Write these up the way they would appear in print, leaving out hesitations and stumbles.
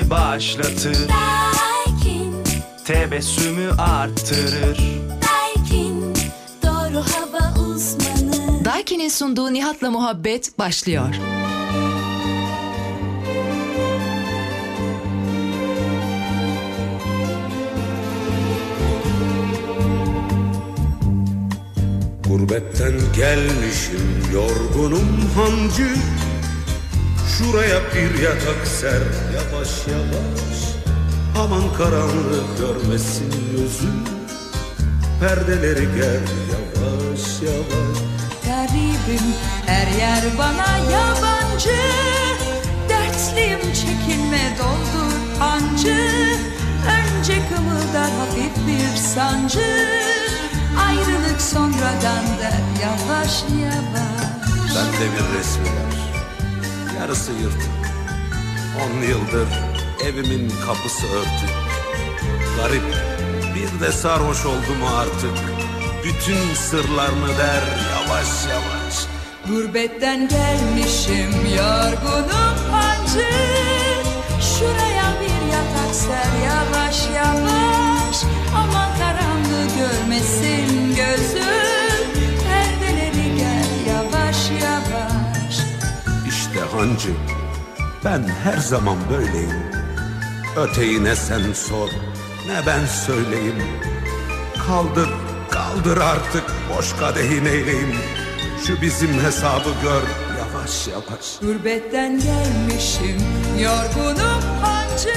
gündemi başlatır. Daikin, Tebessümü arttırır. Daikin, doğru hava uzmanı. Daikin'in sunduğu Nihat'la Muhabbet başlıyor. Gurbetten gelmişim yorgunum hancı. Şuraya bir yatak ser yavaş yavaş. Aman karanlık görmesin gözüm. Perdeleri ger yavaş yavaş. Garibim, her yer bana yabancı. Dertliyim, çekinme doldur hancı. Önce kımıldar hafif bir sancı. Ayrılık sonradan da yavaş yavaş. Bende bir resmi var, yarısı yırtık. 10 yıldır evimin kapısı örtük. Garip, bir de sarhoş oldum artık. Bütün sırlarını der yavaş yavaş. Gurbetten gelmişim yorgunum hancı. Şuraya bir yatak ser yavaş yavaş. Aman karanlığı görmesin gözüm. Perdeleri gel yavaş yavaş. İşte hancı, ben her zaman böyleyim. Öteyi ne sen sor, ne ben söyleyeyim. Kaldır, kaldır artık boş kadehi neyleyim. Şu bizim hesabı gör yavaş yavaş. Gurbetten gelmişim yorgunum hancı.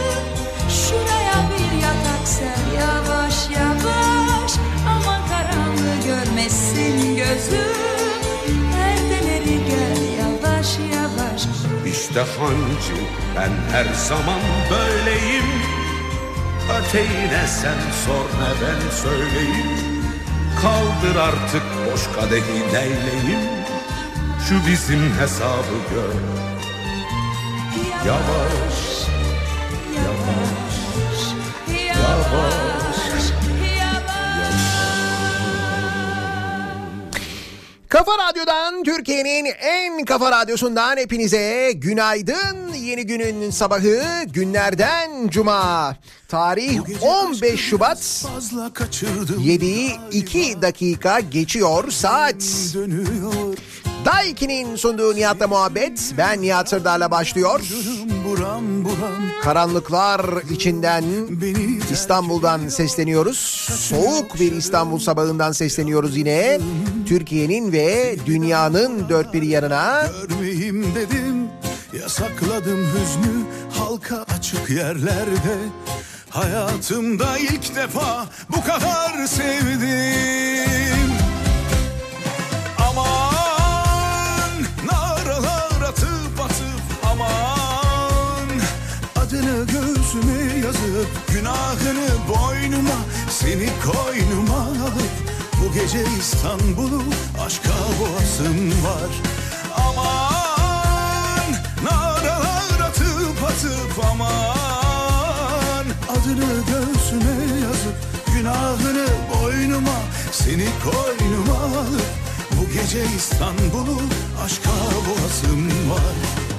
Şuraya bir yatak ser yavaş yavaş. Aman karanlığı görmesin gözüm. Perdeleri gel yavaş yavaş. İşte hancı, ben her zaman böyleyim. Öteyi ne sen sor ne ben söyleyeyim. Kaldır artık boş kadehi neyleyim. Şu bizim hesabı gör yavaş yavaş yavaş. Kafa Radyo'dan, Türkiye'nin en kafa radyosundan hepinize günaydın. Yeni günün sabahı, günlerden cuma. Tarih 15 Şubat. 7'yi 2 dakika geçiyor saat. Daikin'in sunduğu Nihat'la Muhabbet. Ben Nihat Sırdar'la başlıyor. Karanlıklar içinden İstanbul'dan sesleniyoruz. Soğuk bir İstanbul sabahından sesleniyoruz yine. Türkiye'nin ve dünyanın dört bir yanına. Görmeyeyim dedim, yasakladım hüznü halka açık yerlerde. Hayatımda ilk defa bu kadar sevdim. Aman naralar atıp atıp aman. Adını göğsüme yazıp günahını boynuma, seni koynuma alıp bu gece İstanbul'u aşka boğasım var. Aman naralar atıp atıp aman. Adını göğsüme yazıp günahını boynuma, seni koynuma alıp bu gece İstanbul'u aşka boğasım var.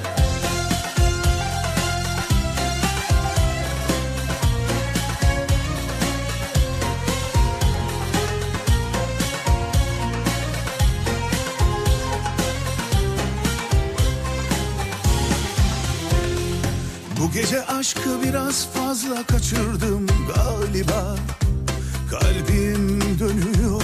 Bu gece aşkı biraz fazla kaçırdım galiba. Kalbim dönüyor.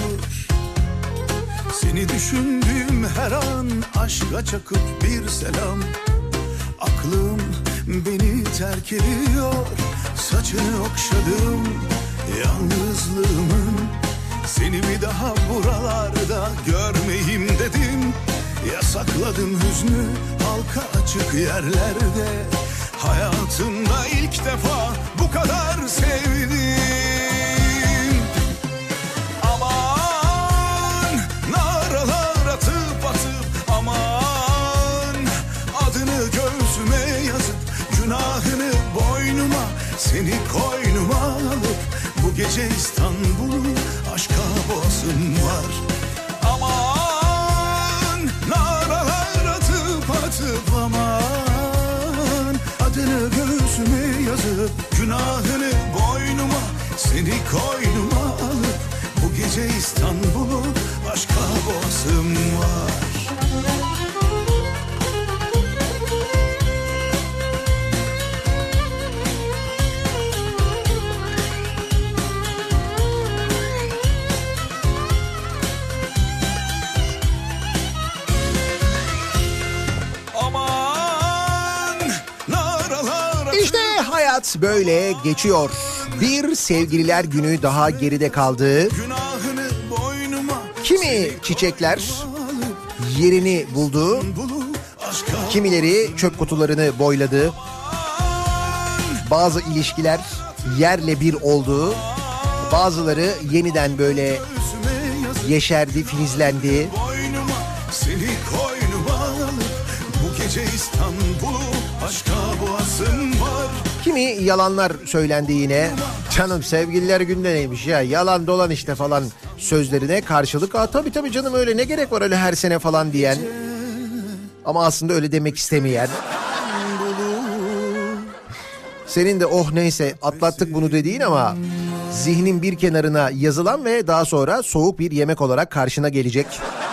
Seni düşündüğüm her an aşka çakıp bir selam. Aklım beni terk ediyor. Saçını okşadım yalnızlığımın. Seni bir daha buralarda görmeyeyim dedim. Yasakladım hüznü halka açık yerlerde. Hayatımda ilk defa bu kadar sevdim. Aman naralar atıp atıp aman. Adını göğsüme yazıp günahını boynuma, seni koynuma alıp bu gece İstanbul'u aşka boğasım var. Aman naralar atıp atıp aman. Adını göğsüme Günahını boynuma, seni koynuma alıp bu gece İstanbul'u aşka boğazım var. İşte hayat böyle geçiyor. Bir sevgililer günü daha geride kaldı. Kimi çiçekler yerini buldu. Kimileri çöp kutularını boyladı. Bazı ilişkiler yerle bir oldu. Bazıları yeniden böyle yeşerdi, filizlendi. Seni koynuma alıp bu gece İstanbul'u aşka boğazım var. Kimi yalanlar söylendi yine. Canım sevgililer günde neymiş ya, yalan dolan işte falan sözlerine karşılık. Tabii canım, öyle ne gerek var öyle her sene falan diyen. Ama aslında öyle demek istemeyen. Senin de oh neyse atlattık bunu dediğin ama zihnin bir kenarına yazılan ve daha sonra soğuk bir yemek olarak karşına gelecek.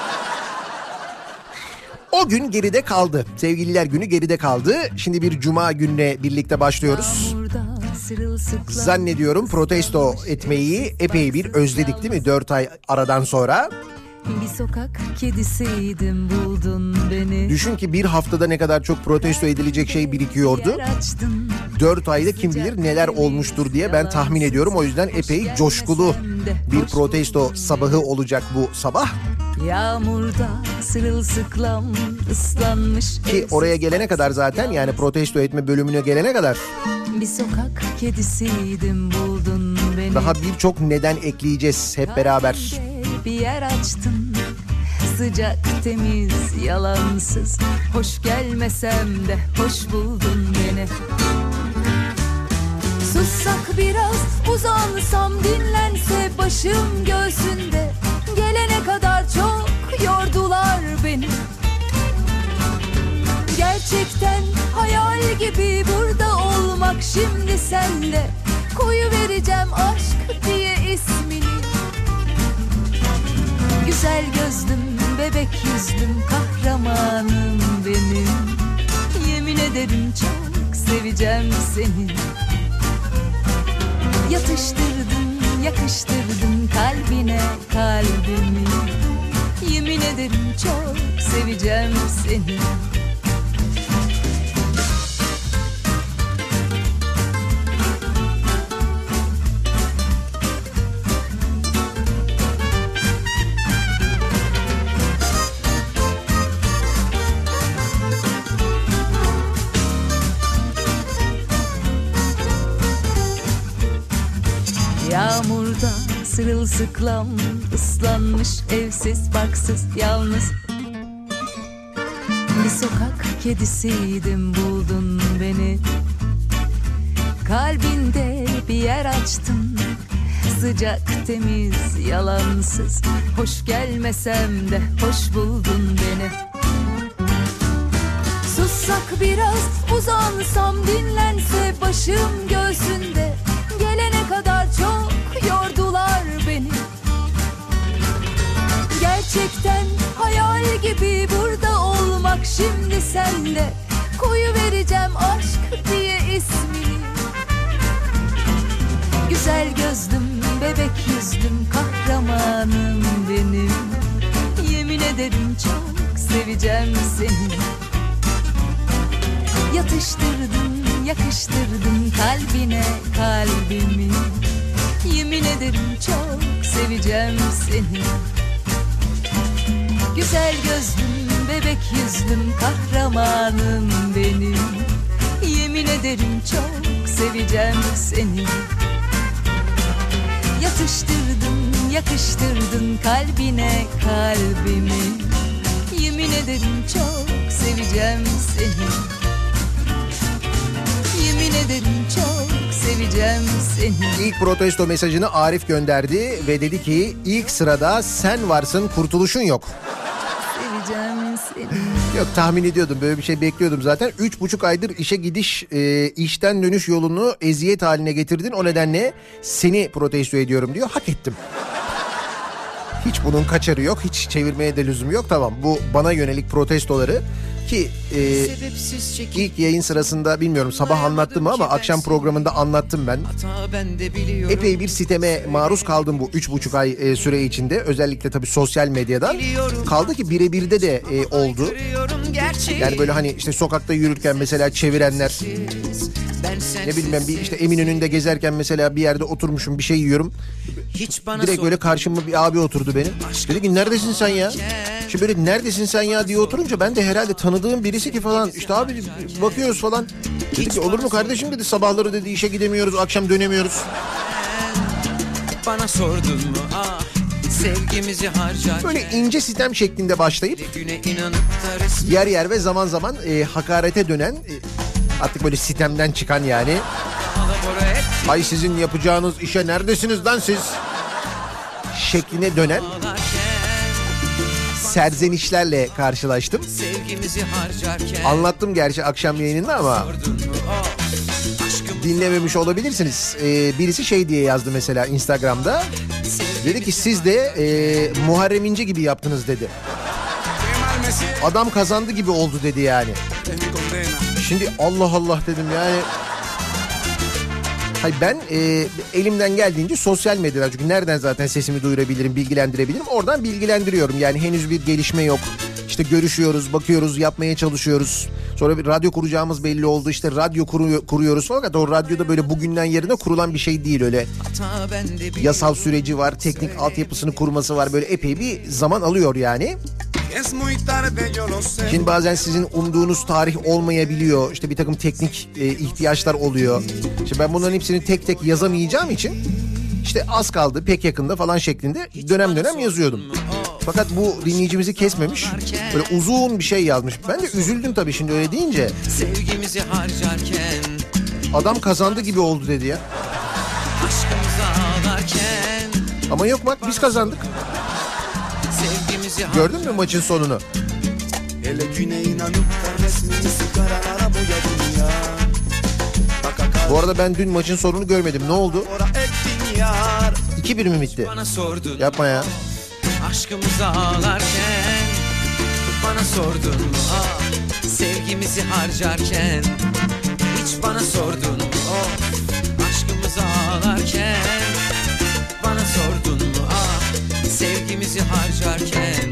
O gün geride kaldı. Sevgililer günü geride kaldı. Şimdi bir cuma gününe birlikte başlıyoruz. Zannediyorum protesto etmeyi epey bir özledik değil mi? 4 ay aradan sonra. Bir sokak kedisiydim, buldun beni. Düşün ki bir haftada ne kadar çok protesto edilecek şey birikiyordu. 4 ayda kim bilir neler olmuştur diye ben tahmin ediyorum. O yüzden epey coşkulu bir protesto sabahı olacak bu sabah. Yağmurda sırılsıklam ıslanmış. Ki oraya gelene kadar zaten, yani protesto etme bölümüne gelene kadar bir sokak kedisiydim, buldun beni. daha birçok neden ekleyeceğiz hep beraber. Bir yer açtın, sıcak, temiz, yalansız. Hoş gelmesem de hoş buldun beni. Sussak biraz, uzansam, dinlense başım göğsünde. Gelene kadar çok yordular beni. Gerçekten hayal gibi burada olmak şimdi sende. Koyuvereceğim aşk diye ismini. Güzel gözlüm, bebek yüzlüm, kahramanım benim. Yemin ederim çok seveceğim seni. Yatıştırdın, yakıştırdın kalbine kalbimi. Yemin ederim çok seveceğim seni. Yağmurda sırılsıklam ıslanmış, evsiz barksız yalnız. Bir sokak kedisiydim, buldun beni. Kalbinde bir yer açtın, sıcak, temiz, yalansız. Hoş gelmesem de hoş buldun beni. Sussak biraz, uzansam, dinlense başım göğsünde. Gelene kadar çok yordular beni. Gerçekten hayal gibi burada olmak şimdi sende. Koyuvereceğim aşk diye ismini. Güzel gözlüm, bebek yüzlüm, kahramanım benim. Yemin ederim çok seveceğim seni. Yatıştırdın, yakıştırdın kalbine kalbimi. Yemin ederim çok seveceğim seni. Güzel gözlüm, bebek yüzlüm, kahramanım benim. Yemin ederim çok seveceğim seni. Yatıştırdın, yakıştırdın kalbine kalbimi. Yemin ederim çok seveceğim seni. Yemin ederim çok seveceğim seni. İlk protesto mesajını Arif gönderdi ve dedi ki ilk sırada sen varsın, kurtuluşun yok. edeceğim seni. Yok, tahmin ediyordum, böyle bir şey bekliyordum zaten. 3,5 aydır işe gidiş, işten dönüş yolunu eziyet haline getirdin. O nedenle seni protesto ediyorum diyor. Hak ettim. Hiç bunun kaçarı yok. Hiç çevirmeye de lüzum yok. Tamam, bu bana yönelik protestoları ki ilk yayın sırasında bilmiyorum sabah anlattım mı ama akşam programında anlattım ben. Epey bir siteme maruz kaldım bu 3,5 ay süre içinde. Özellikle tabii sosyal medyadan. Kaldı ki birebirde de oldu. Yani böyle hani işte sokakta yürürken mesela çevirenler, ne bileyim ben bir işte Eminönü'nde gezerken mesela bir yerde oturmuşum, bir şey yiyorum. Direkt böyle karşıma bir abi oturdu benim. Dedi ki neredesin sen ya? Şimdi böyle neredesin sen ya diye oturunca ben de herhalde tanıdığım birisi ki falan. İşte abi bakıyoruz falan. Dedi ki olur mu kardeşim dedi, sabahları dedi işe gidemiyoruz, akşam dönemiyoruz. Bana sordun mu ah sevgimizi harcarken. Böyle ince sitem şeklinde başlayıp yer yer ve zaman zaman hakarete dönen, artık böyle sitemden çıkan yani. Ay sizin yapacağınız işe neredesiniz lan siz? Şekline dönen serzenişlerle karşılaştım. Anlattım gerçi akşam yayınında ama dinlememiş olabilirsiniz. Birisi şey diye yazdı mesela Instagram'da. Dedi ki siz de Muharrem İnce gibi yaptınız dedi. Adam kazandı gibi oldu dedi yani. Şimdi Allah Allah dedim yani. Hayır ben elimden geldiğince sosyal medyada, çünkü nereden zaten sesimi duyurabilirim, bilgilendirebilirim, oradan bilgilendiriyorum. Yani henüz bir gelişme yok. İşte görüşüyoruz, bakıyoruz, yapmaya çalışıyoruz. Sonra bir radyo kuracağımız belli oldu. İşte radyo kuruyoruz. Fakat o radyoda böyle bugünden yarına kurulan bir şey değil öyle. Yasal süreci var, teknik altyapısını kurması var. Böyle epey bir zaman alıyor yani. Şimdi bazen sizin umduğunuz tarih olmayabiliyor. İşte bir takım teknik ihtiyaçlar oluyor. İşte ben bunların hepsini tek tek yazamayacağım için işte az kaldı, pek yakında falan şeklinde dönem dönem yazıyordum. Fakat bu dinleyicimizi kesmemiş. Böyle uzun bir şey yazmış. Ben de üzüldüm tabii şimdi öyle deyince. Sevgimizi harcarken adam kazandı gibi oldu dedi ya. Ama yok bak biz kazandık. Gördün mü maçın sonunu? Bu arada ben dün maçın sonunu görmedim. Ne oldu? 2-1 mi bitti? Yapma ya. Aşkımızı ağlarken bana sordun mu ah sevgimizi harcarken hiç bana sordun mu oh aşkımızı ağlarken bana sordun mu ah sevgimizi harcarken.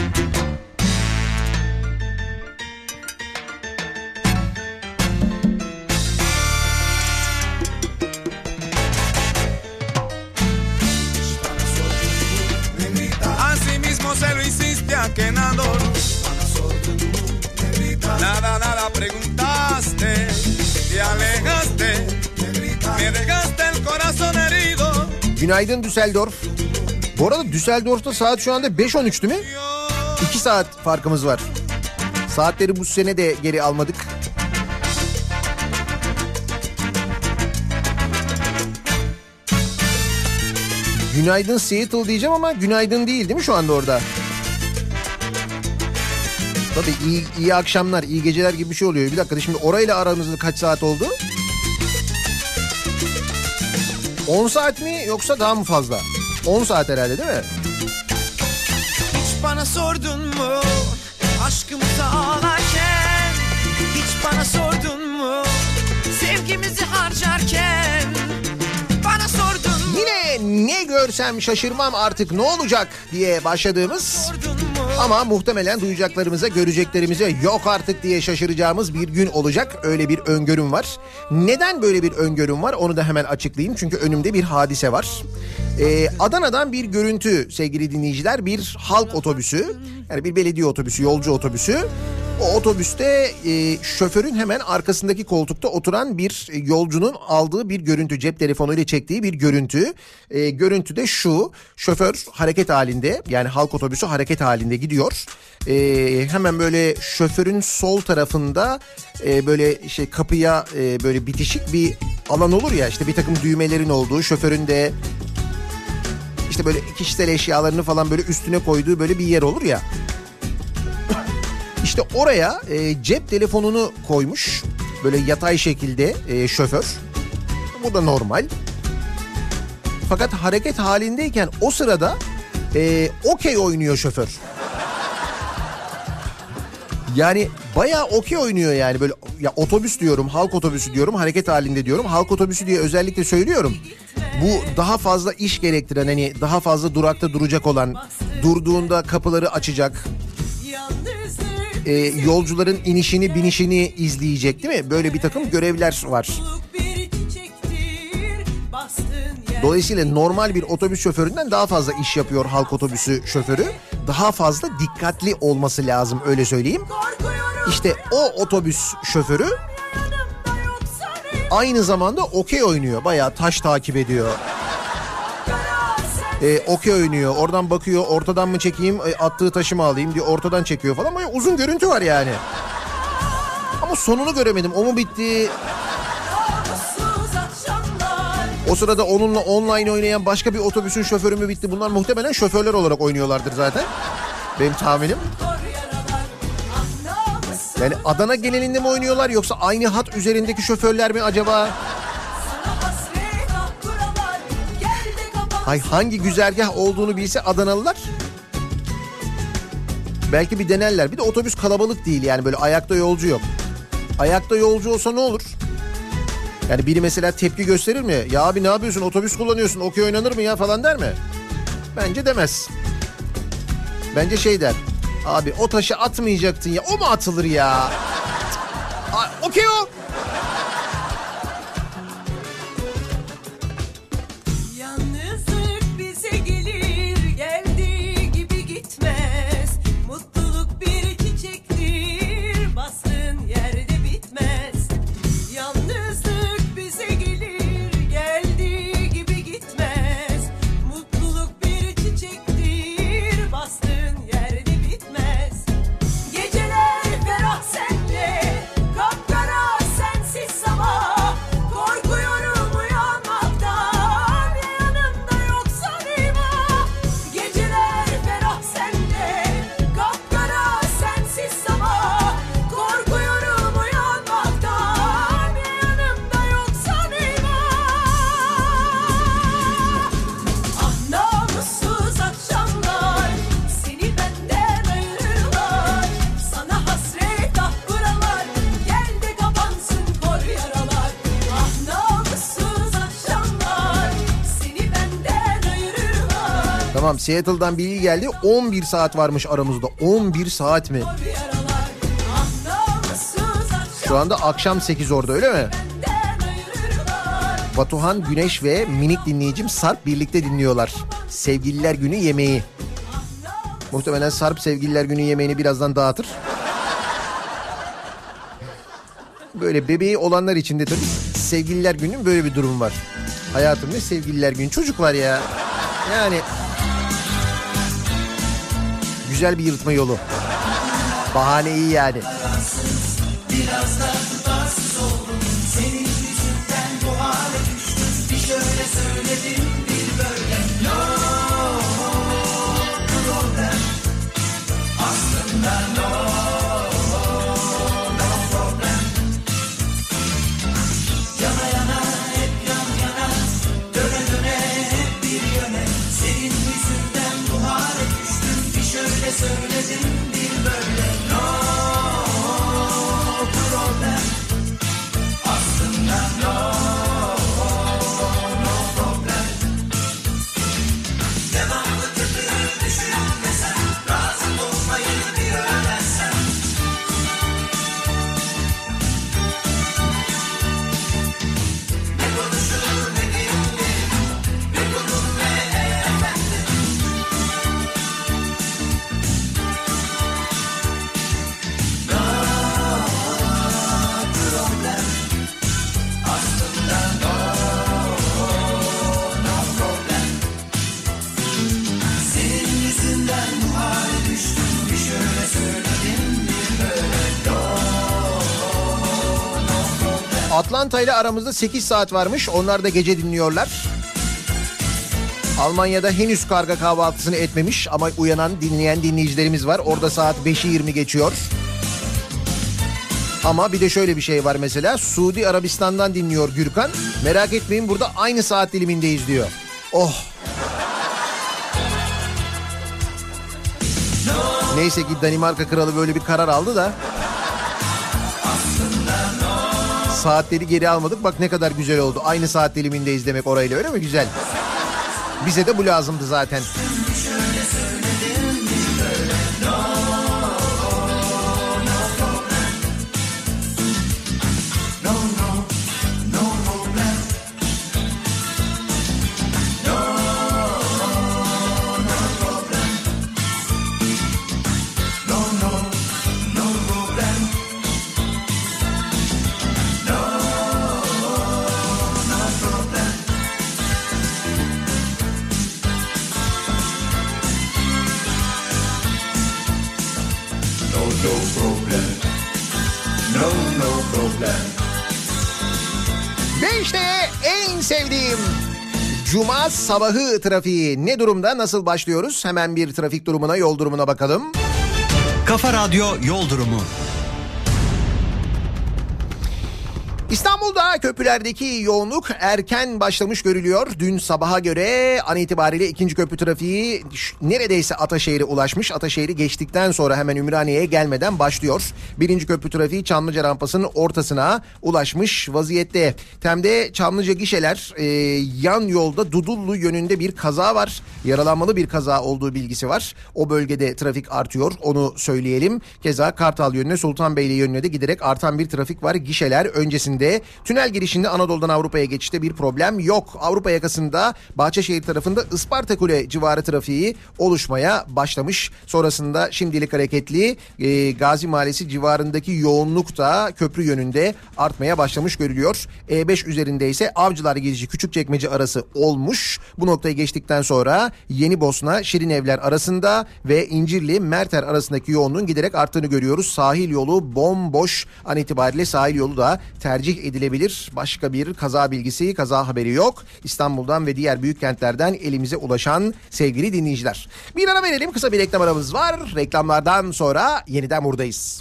Que nada, nada preguntaste, te alejaste, me dejaste el corazón herido. Günaydın Düsseldorf. Bu arada Düsseldorf'ta saat şu anda 5:13 değil mi? 2 saat farkımız var. Saatleri bu sene de geri almadık. Günaydın Seattle diyeceğim ama günaydın değil mi şu anda orada? Tabii iyi akşamlar, iyi geceler gibi bir şey oluyor. Bir dakika şimdi orayla aramızda kaç saat oldu? 10 saat mi yoksa daha mı fazla? 10 saat herhalde değil mi? Hiç bana sordun mu aşkımızı ağlarken? Hiç bana sordun mu sevgimizi harcarken? Bana sordun mu? Yine ne görsem şaşırmam artık ne olacak diye başladığımız ama muhtemelen duyacaklarımıza, göreceklerimize yok artık diye şaşıracağımız bir gün olacak. Öyle bir öngörüm var. Neden böyle bir öngörüm var onu da hemen açıklayayım. Çünkü önümde bir hadise var. Adana'dan bir görüntü sevgili dinleyiciler. Bir halk otobüsü, yani bir belediye otobüsü, yolcu otobüsü. O otobüste şoförün hemen arkasındaki koltukta oturan bir yolcunun aldığı bir görüntü. Cep telefonuyla çektiği bir görüntü. Görüntüde şu: şoför hareket halinde, yani halk otobüsü hareket halinde gidiyor. Hemen böyle şoförün sol tarafında böyle işte kapıya böyle bitişik bir alan olur ya, işte bir takım düğmelerin olduğu, şoförün de işte böyle kişisel eşyalarını falan böyle üstüne koyduğu böyle bir yer olur ya. İşte oraya cep telefonunu koymuş. Böyle yatay şekilde şoför. Bu da normal. Fakat hareket halindeyken o sırada okey oynuyor şoför. Yani bayağı okey oynuyor yani, böyle ya otobüs diyorum, halk otobüsü diyorum, hareket halinde diyorum. Halk otobüsü diye özellikle söylüyorum. Bu daha fazla iş gerektiren, hani daha fazla durakta duracak olan, durduğunda kapıları açacak, yolcuların inişini binişini izleyecek, değil mi? Böyle bir takım görevler var. Dolayısıyla normal bir otobüs şoföründen daha fazla iş yapıyor halk otobüsü şoförü. Daha fazla dikkatli olması lazım, öyle söyleyeyim. İşte o otobüs şoförü aynı zamanda okey oynuyor. Bayağı taş takip ediyor. Okey oynuyor. Oradan bakıyor, ortadan mı çekeyim, attığı taşı mı alayım diye ortadan çekiyor falan. Bayağı uzun görüntü var yani. Ama sonunu göremedim. O mu bitti? O sırada onunla online oynayan başka bir otobüsün şoförü mü bitti? Bunlar muhtemelen şoförler olarak oynuyorlardır zaten. Benim tahminim. Yani Adana genelinde mi oynuyorlar, yoksa aynı hat üzerindeki şoförler mi acaba? Hangi güzergah olduğunu bilse Adanalılar belki bir denerler. Bir de otobüs kalabalık değil yani, böyle ayakta yolcu yok. Ayakta yolcu olsa ne olur? Yani biri mesela tepki gösterir mi? Ya abi ne yapıyorsun, otobüs kullanıyorsun, okey oynanır mı ya falan der mi? Bence demez. Bence şey der. Abi o taşı atmayacaktın ya, o mu atılır ya? Okey o. Yalnızlık bize gelir, geldiği gibi gitmez. Mutluluk bir çiçektir, bastığın yerde bitmez. Yalnızlık bize gelir, geldiği gibi gitmez. Mutluluk bir çiçektir, bastığın yerde bitmez. Geceler ferah sende, kapkara sensiz sabah. Korkuyorum uyanmaktan, yanımda yoksan eyvah. Geceler ferah sende, kapkara sensiz sabah. Korkuyorum uyanmaktan, yanımda yoksan eyvah. Ah namussuz akşamlar, seni benden ayırırlar. Sana hasret ah buralar, gel de kapansın kor yaralar. Ah namussuz akşamlar, seni benden ayırırlar. Tamam, Seattle'dan bilgi geldi. 11 saat varmış aramızda. 11 saat mi? Ah namussuz Şu anda akşam 8 orada, öyle mi? akşamdan ayırırlar. Batuhan, Güneş ve minik dinleyicim Sarp birlikte dinliyorlar. Sevgililer Günü yemeği. Muhtemelen Sarp Sevgililer Günü yemeğini birazdan dağıtır. Böyle bebeği olanlar için de tabii Sevgililer Günü'nün böyle bir durum var. Hayatım ne Sevgililer Günü, çocuk var ya. Yani güzel bir yırtma yolu. Bahane iyi yani. Atlanta ile aramızda 8 saat varmış. Onlar da gece dinliyorlar. Almanya'da henüz karga kahvaltısını etmemiş ama uyanan, dinleyen dinleyicilerimiz var. Orada saat 5'i 20 geçiyor. Ama bir de şöyle bir şey var mesela. Suudi Arabistan'dan dinliyor Gürkan. Merak etmeyin, burada aynı saat dilimindeyiz diyor. Oh. Neyse ki Danimarka kralı böyle bir karar aldı da. Saatleri geri almadık. Bak ne kadar güzel oldu. Aynı saat dilimindeyiz demek orayla, öyle mi? Güzel. Bize de bu lazımdı zaten. Ve işte en sevdiğim Cuma sabahı trafiği ne durumda, nasıl başlıyoruz? Hemen bir trafik durumuna, yol durumuna bakalım. Kafa Radyo Yol Durumu. İstanbul'da köprülerdeki yoğunluk erken başlamış görülüyor. Dün sabaha göre an itibariyle ikinci köprü trafiği neredeyse Ataşehir'e ulaşmış. Ataşehir'i geçtikten sonra hemen Ümraniye'ye gelmeden başlıyor. Birinci köprü trafiği Çamlıca rampasının ortasına ulaşmış vaziyette. Tem'de Çamlıca gişeler yan yolda Dudullu yönünde bir kaza var. Yaralanmalı bir kaza olduğu bilgisi var. O bölgede trafik artıyor, onu söyleyelim. Keza Kartal yönüne, Sultanbeyli yönüne de giderek artan bir trafik var. Gişeler öncesinde tünel girişinde Anadolu'dan Avrupa'ya geçişte bir problem yok. Avrupa yakasında Bahçeşehir tarafında Ispartakule civarı trafiği oluşmaya başlamış. Sonrasında şimdilik hareketli Gazi Mahallesi civarındaki yoğunluk da köprü yönünde artmaya başlamış görülüyor. E5 üzerinde ise Avcılar girişi Küçükçekmece arası olmuş. Bu noktayı geçtikten sonra Yenibosna Şirinevler arasında ve İncirli Merter arasındaki yoğunluğun giderek arttığını görüyoruz. Sahil yolu bomboş an itibariyle, sahil yolu da tercih edilebilir. Başka bir kaza bilgisi, kaza haberi yok. İstanbul'dan ve diğer büyük kentlerden elimize ulaşan sevgili dinleyiciler. Bir ara verelim, kısa bir reklam aramız var. Reklamlardan sonra yeniden buradayız.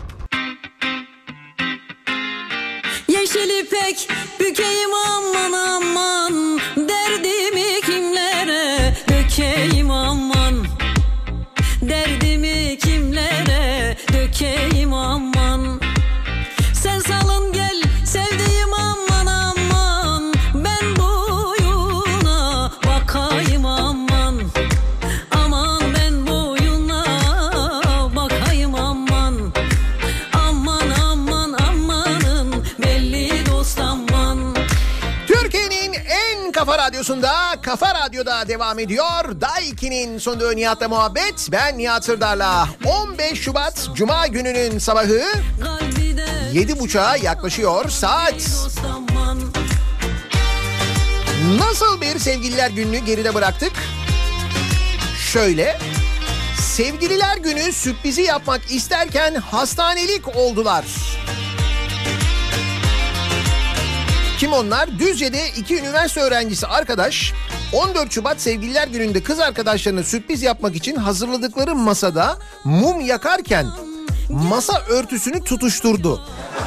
Yeşil ipek bükeyim aman aman, derdimi kimlere dökeyim aman, derdimi kimlere dökeyim aman. Sen salın gel sevdiğim aman aman, ben boyuna bakayım aman, aman ben boyuna bakayım aman, aman aman amanın belli dost aman. Türkiye'nin en kafa radyosunda, Kafa Radyo'da devam ediyor. Daiki'nin sunduğu Nihat'la muhabbet. Ben Nihat Sırdar'la. 15 Şubat Cuma gününün sabahı 7.30'a yaklaşıyor saat. Nasıl bir sevgililer gününü geride bıraktık? Şöyle, sevgililer günü sürprizi yapmak isterken hastanelik oldular. Kim onlar? Düzce'de 2 üniversite öğrencisi arkadaş 14 Şubat sevgililer gününde kız arkadaşlarına sürpriz yapmak için hazırladıkları masada mum yakarken masa örtüsünü tutuşturdu.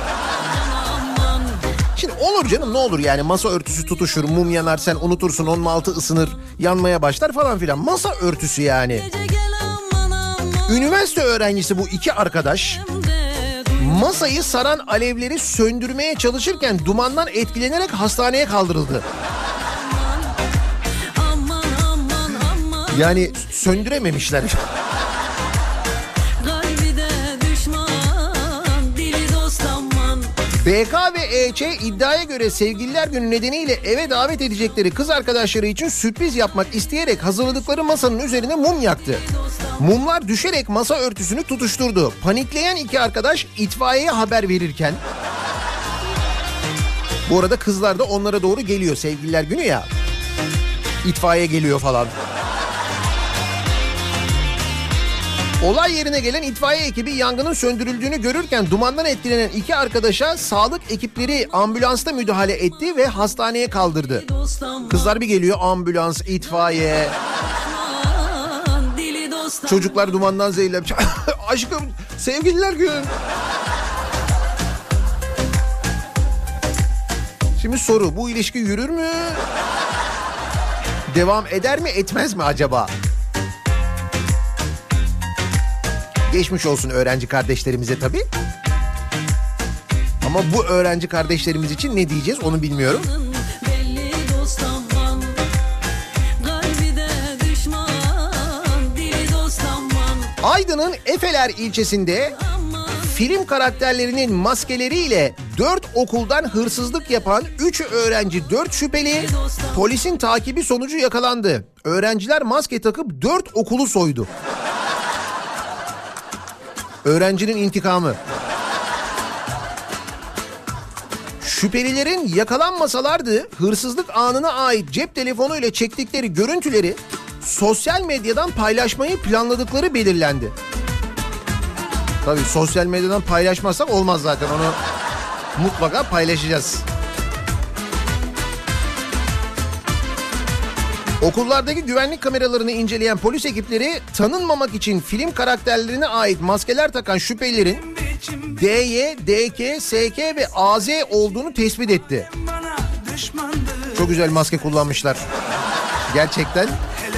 Şimdi olur canım, ne olur yani, masa örtüsü tutuşur, mum yanar, sen unutursun, onun altı ısınır, yanmaya başlar falan filan. Masa örtüsü yani. Üniversite öğrencisi bu 2 arkadaş masayı saran alevleri söndürmeye çalışırken dumandan etkilenerek hastaneye kaldırıldı. Yani söndürememişler. BK ve EÇ iddiaya göre sevgililer günü nedeniyle eve davet edecekleri kız arkadaşları için sürpriz yapmak isteyerek hazırladıkları masanın üzerine mum yaktı. Mumlar düşerek masa örtüsünü tutuşturdu. Panikleyen 2 arkadaş itfaiyeye haber verirken... Bu arada kızlar da onlara doğru geliyor, sevgililer günü ya. İtfaiye geliyor falan. Olay yerine gelen itfaiye ekibi yangının söndürüldüğünü görürken dumandan etkilenen 2 arkadaşa sağlık ekipleri ambulansta müdahale etti ve hastaneye kaldırdı. Kızlar bir geliyor, ambulans, itfaiye. Çocuklar dumandan zehirlenmiş. Aşkım, sevgililer günü. Şimdi soru, bu ilişki yürür mü? Devam eder mi, etmez mi acaba? Geçmiş olsun öğrenci kardeşlerimize tabii. Ama bu öğrenci kardeşlerimiz için ne diyeceğiz onu bilmiyorum. Aydın'ın Efeler ilçesinde film karakterlerinin maskeleriyle 4 okuldan hırsızlık yapan 3 öğrenci 4 şüpheli polisin takibi sonucu yakalandı. Öğrenciler maske takıp 4 okulu soydu. Öğrencinin intikamı. Şüphelilerin yakalanmasalardı hırsızlık anına ait cep telefonu ile çektikleri görüntüleri sosyal medyadan paylaşmayı planladıkları belirlendi. Tabii sosyal medyadan paylaşmazsak olmaz zaten, onu mutlaka paylaşacağız. Okullardaki güvenlik kameralarını inceleyen polis ekipleri tanınmamak için film karakterlerine ait maskeler takan şüphelilerin DY, DK, SK ve AZ olduğunu tespit etti. Çok güzel maske kullanmışlar. Gerçekten.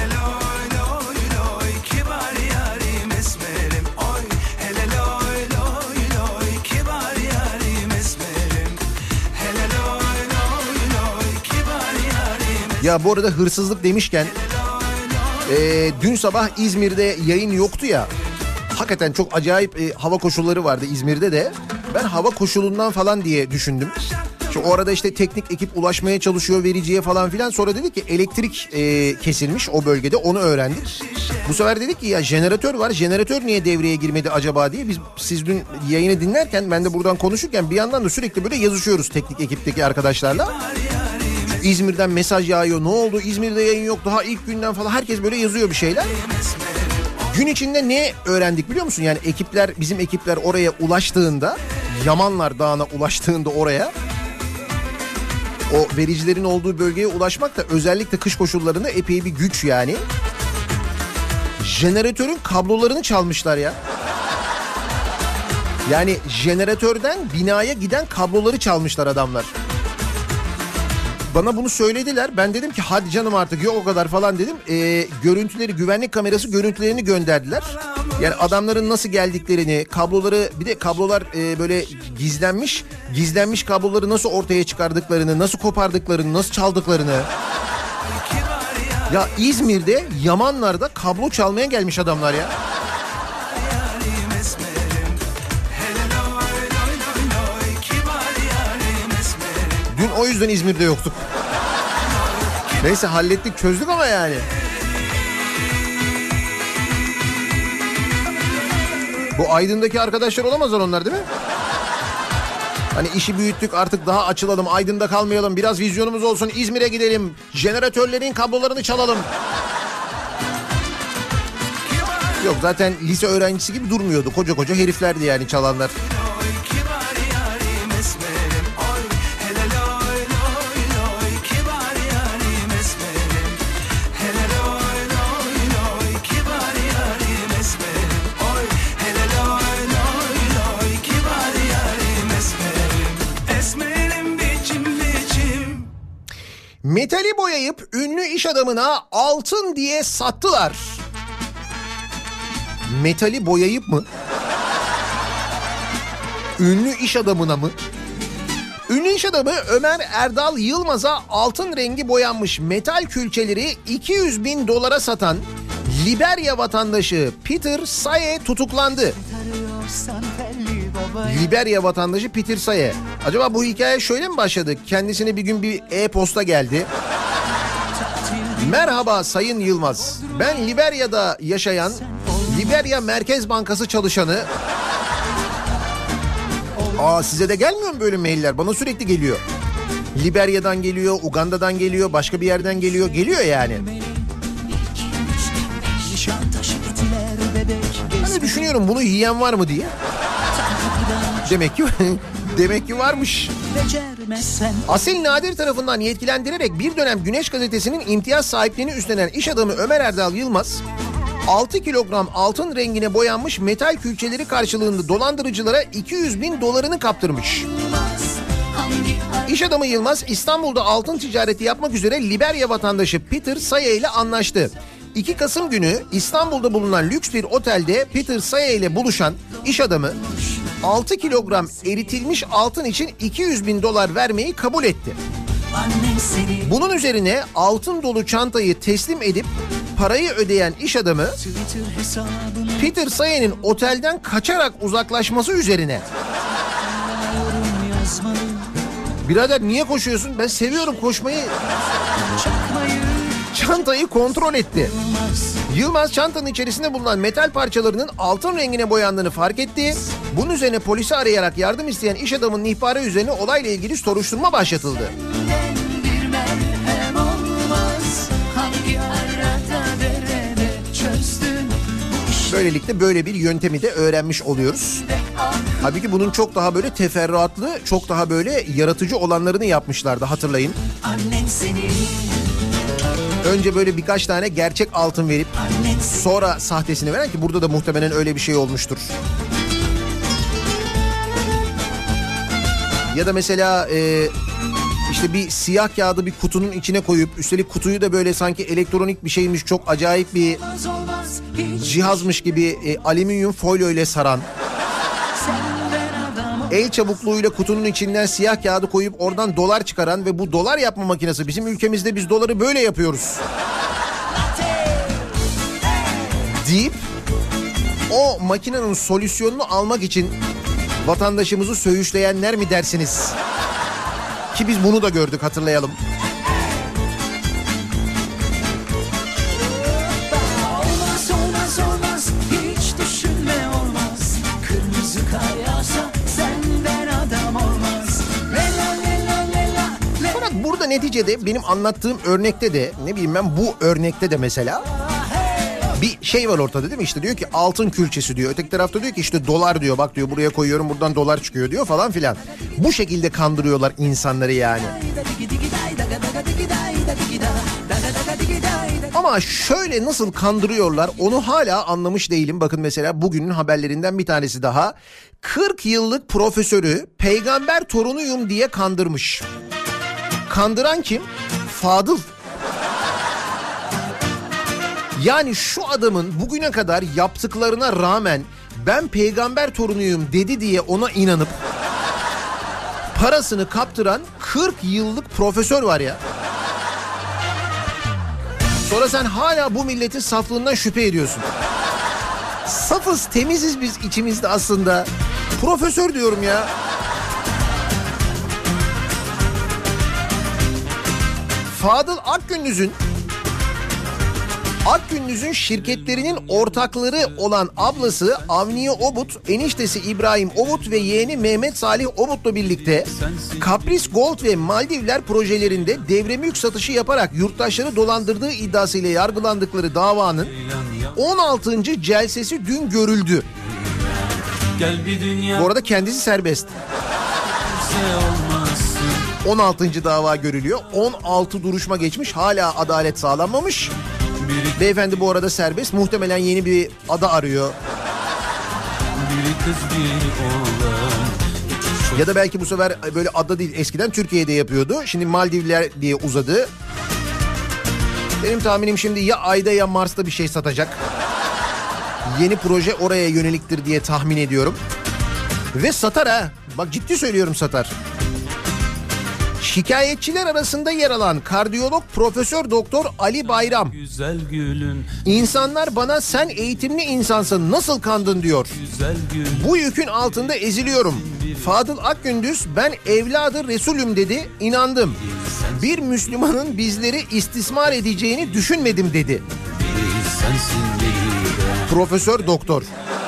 Ya bu arada hırsızlık demişken dün sabah İzmir'de yayın yoktu ya. Hakikaten çok acayip hava koşulları vardı İzmir'de de. Ben hava koşulundan falan diye düşündüm. Şu orada işte teknik ekip ulaşmaya çalışıyor vericiye falan filan. Sonra dedik ki elektrik kesilmiş o bölgede, onu öğrendik. Bu sefer dedik ki ya jeneratör var, jeneratör niye devreye girmedi acaba diye. Siz dün yayını dinlerken, ben de buradan konuşurken bir yandan da sürekli böyle yazışıyoruz teknik ekipteki arkadaşlarla. İzmir'den mesaj yağıyor, ne oldu İzmir'de yayın yok daha ilk günden falan, herkes böyle yazıyor bir şeyler. Gün içinde ne öğrendik biliyor musun? Yani ekipler, bizim ekipler oraya ulaştığında, Yamanlar Dağı'na ulaştığında oraya, o vericilerin olduğu bölgeye ulaşmak da özellikle kış koşullarında epey bir güç yani. Jeneratörün kablolarını çalmışlar ya. Yani jeneratörden binaya giden kabloları çalmışlar adamlar. Bana bunu söylediler. Ben dedim ki hadi canım artık yok o kadar falan dedim. Görüntüleri, güvenlik kamerası görüntülerini gönderdiler. Yani adamların nasıl geldiklerini, kabloları, bir de kablolar böyle gizlenmiş. Gizlenmiş kabloları nasıl ortaya çıkardıklarını, nasıl kopardıklarını, nasıl çaldıklarını. Ya İzmir'de Yamanlar'da kablo çalmaya gelmiş adamlar ya. Dün o yüzden İzmir'de yoktuk. Neyse hallettik, çözdük ama yani. Bu Aydın'daki arkadaşlar olamazlar onlar değil mi? Hani işi büyüttük artık, daha açılalım, Aydın'da kalmayalım, biraz vizyonumuz olsun, İzmir'e gidelim, jeneratörlerin kablolarını çalalım. Yok zaten lise öğrencisi gibi durmuyordu, koca koca heriflerdi yani çalanlar. Metali boyayıp ünlü iş adamına altın diye sattılar. Metali boyayıp mı? Ünlü iş adamına mı? Ünlü iş adamı Ömer Erdal Yılmaz'a altın rengi boyanmış metal külçeleri 200.000 dolara satan Liberya vatandaşı Peter Saye tutuklandı. Liberya vatandaşı Peter Saye. Acaba bu hikaye şöyle mi başladı? Kendisine bir gün bir e-posta geldi. Merhaba Sayın Yılmaz. Ben Liberya'da yaşayan Liberya Merkez Bankası çalışanı. Size de gelmiyor mu böyle mailler? Bana sürekli geliyor. Liberya'dan geliyor, Uganda'dan geliyor, başka bir yerden geliyor. Geliyor yani. Ben de düşünüyorum bunu yiyen var mı diye. Demek ki varmış. Asil Nadir tarafından yetkilendirerek bir dönem Güneş Gazetesi'nin imtiyaz sahipliğini üstlenen iş adamı Ömer Erdal Yılmaz 6 kilogram altın rengine boyanmış metal külçeleri karşılığında dolandırıcılara 200.000 dolarını kaptırmış. İş adamı Yılmaz İstanbul'da altın ticareti yapmak üzere Liberya vatandaşı Peter Saye ile anlaştı. 2 Kasım günü İstanbul'da bulunan lüks bir otelde Peter Saye ile buluşan iş adamı 6 kilogram eritilmiş altın için $200.000 vermeyi kabul etti. Bunun üzerine altın dolu çantayı teslim edip parayı ödeyen iş adamı Peter Saye'nin otelden kaçarak uzaklaşması üzerine "Birader niye koşuyorsun? Ben seviyorum koşmayı." Çantayı kontrol etti. Yılmaz çantanın içerisinde bulunan metal parçalarının altın rengine boyandığını fark etti. Bunun üzerine polisi arayarak yardım isteyen iş adamının ihbarı üzerine olayla ilgili soruşturma başlatıldı. Böylelikle böyle bir yöntemi de öğrenmiş oluyoruz. Halbuki bunun çok daha böyle teferruatlı, çok daha böyle yaratıcı olanlarını yapmışlardı, hatırlayın. Önce böyle birkaç tane gerçek altın verip sonra sahtesini veren, ki burada da muhtemelen öyle bir şey olmuştur. Ya da mesela işte bir siyah kağıdı bir kutunun içine koyup üstelik kutuyu da böyle sanki elektronik bir şeymiş, çok acayip bir cihazmış gibi alüminyum folyo ile saran, el çabukluğuyla kutunun içinden siyah kağıdı koyup oradan dolar çıkaran ve bu dolar yapma makinesi, bizim ülkemizde biz doları böyle yapıyoruz deyip o makinenin solüsyonunu almak için vatandaşımızı söğüşleyenler mi dersiniz? Ki biz bunu da gördük, hatırlayalım. Fakat burada neticede benim anlattığım örnekte de, ne bileyim ben, bu örnekte de mesela bir şey var ortada, değil mi? İşte diyor ki altın külçesi diyor. Öteki tarafta diyor ki işte dolar diyor. Bak diyor, buraya koyuyorum, buradan dolar çıkıyor diyor falan filan. Bu şekilde kandırıyorlar insanları yani. Ama şöyle nasıl kandırıyorlar onu hala anlamış değilim. Bakın mesela bugünün haberlerinden bir tanesi daha. 40 yıllık profesörü peygamber torunuyum diye kandırmış. Kandıran kim? Fadıl. Yani şu adamın bugüne kadar yaptıklarına rağmen ben peygamber torunuyum dedi diye ona inanıp parasını kaptıran 40 yıllık profesör var ya. Sonra sen hala bu milletin saflığından şüphe ediyorsun. Safız, temiziz biz içimizde aslında. Profesör diyorum ya. Fadıl Akgündüz'ün şirketlerinin ortakları olan ablası Avniye Obut, eniştesi İbrahim Obut ve yeğeni Mehmet Salih Obut'la birlikte Kapris Gold ve Maldivler projelerinde devre mülk satışı yaparak yurttaşları dolandırdığı iddiasıyla yargılandıkları davanın 16. celsesi dün görüldü. Bu arada kendisi serbest. 16. dava görülüyor. 16 duruşma geçmiş, hala adalet sağlanmamış. Beyefendi bu arada serbest. Muhtemelen yeni bir ada arıyor. Ya da belki bu sefer böyle ada değil, eskiden Türkiye'de yapıyordu. Şimdi Maldivler diye uzadı. Benim tahminim şimdi ya Ay'da ya Mars'ta bir şey satacak. Yeni proje oraya yöneliktir diye tahmin ediyorum. Ve satar ha. Bak ciddi söylüyorum, satar. Şikayetçiler arasında yer alan kardiyolog Profesör Doktor Ali Bayram, "İnsanlar bana sen eğitimli insansın, nasıl kandın?" diyor. "Bu yükün altında eziliyorum. Fadıl Akgündüz ben evladı Resulüm dedi, inandım. Bir Müslümanın bizleri istismar edeceğini düşünmedim" dedi. Profesör Doktor.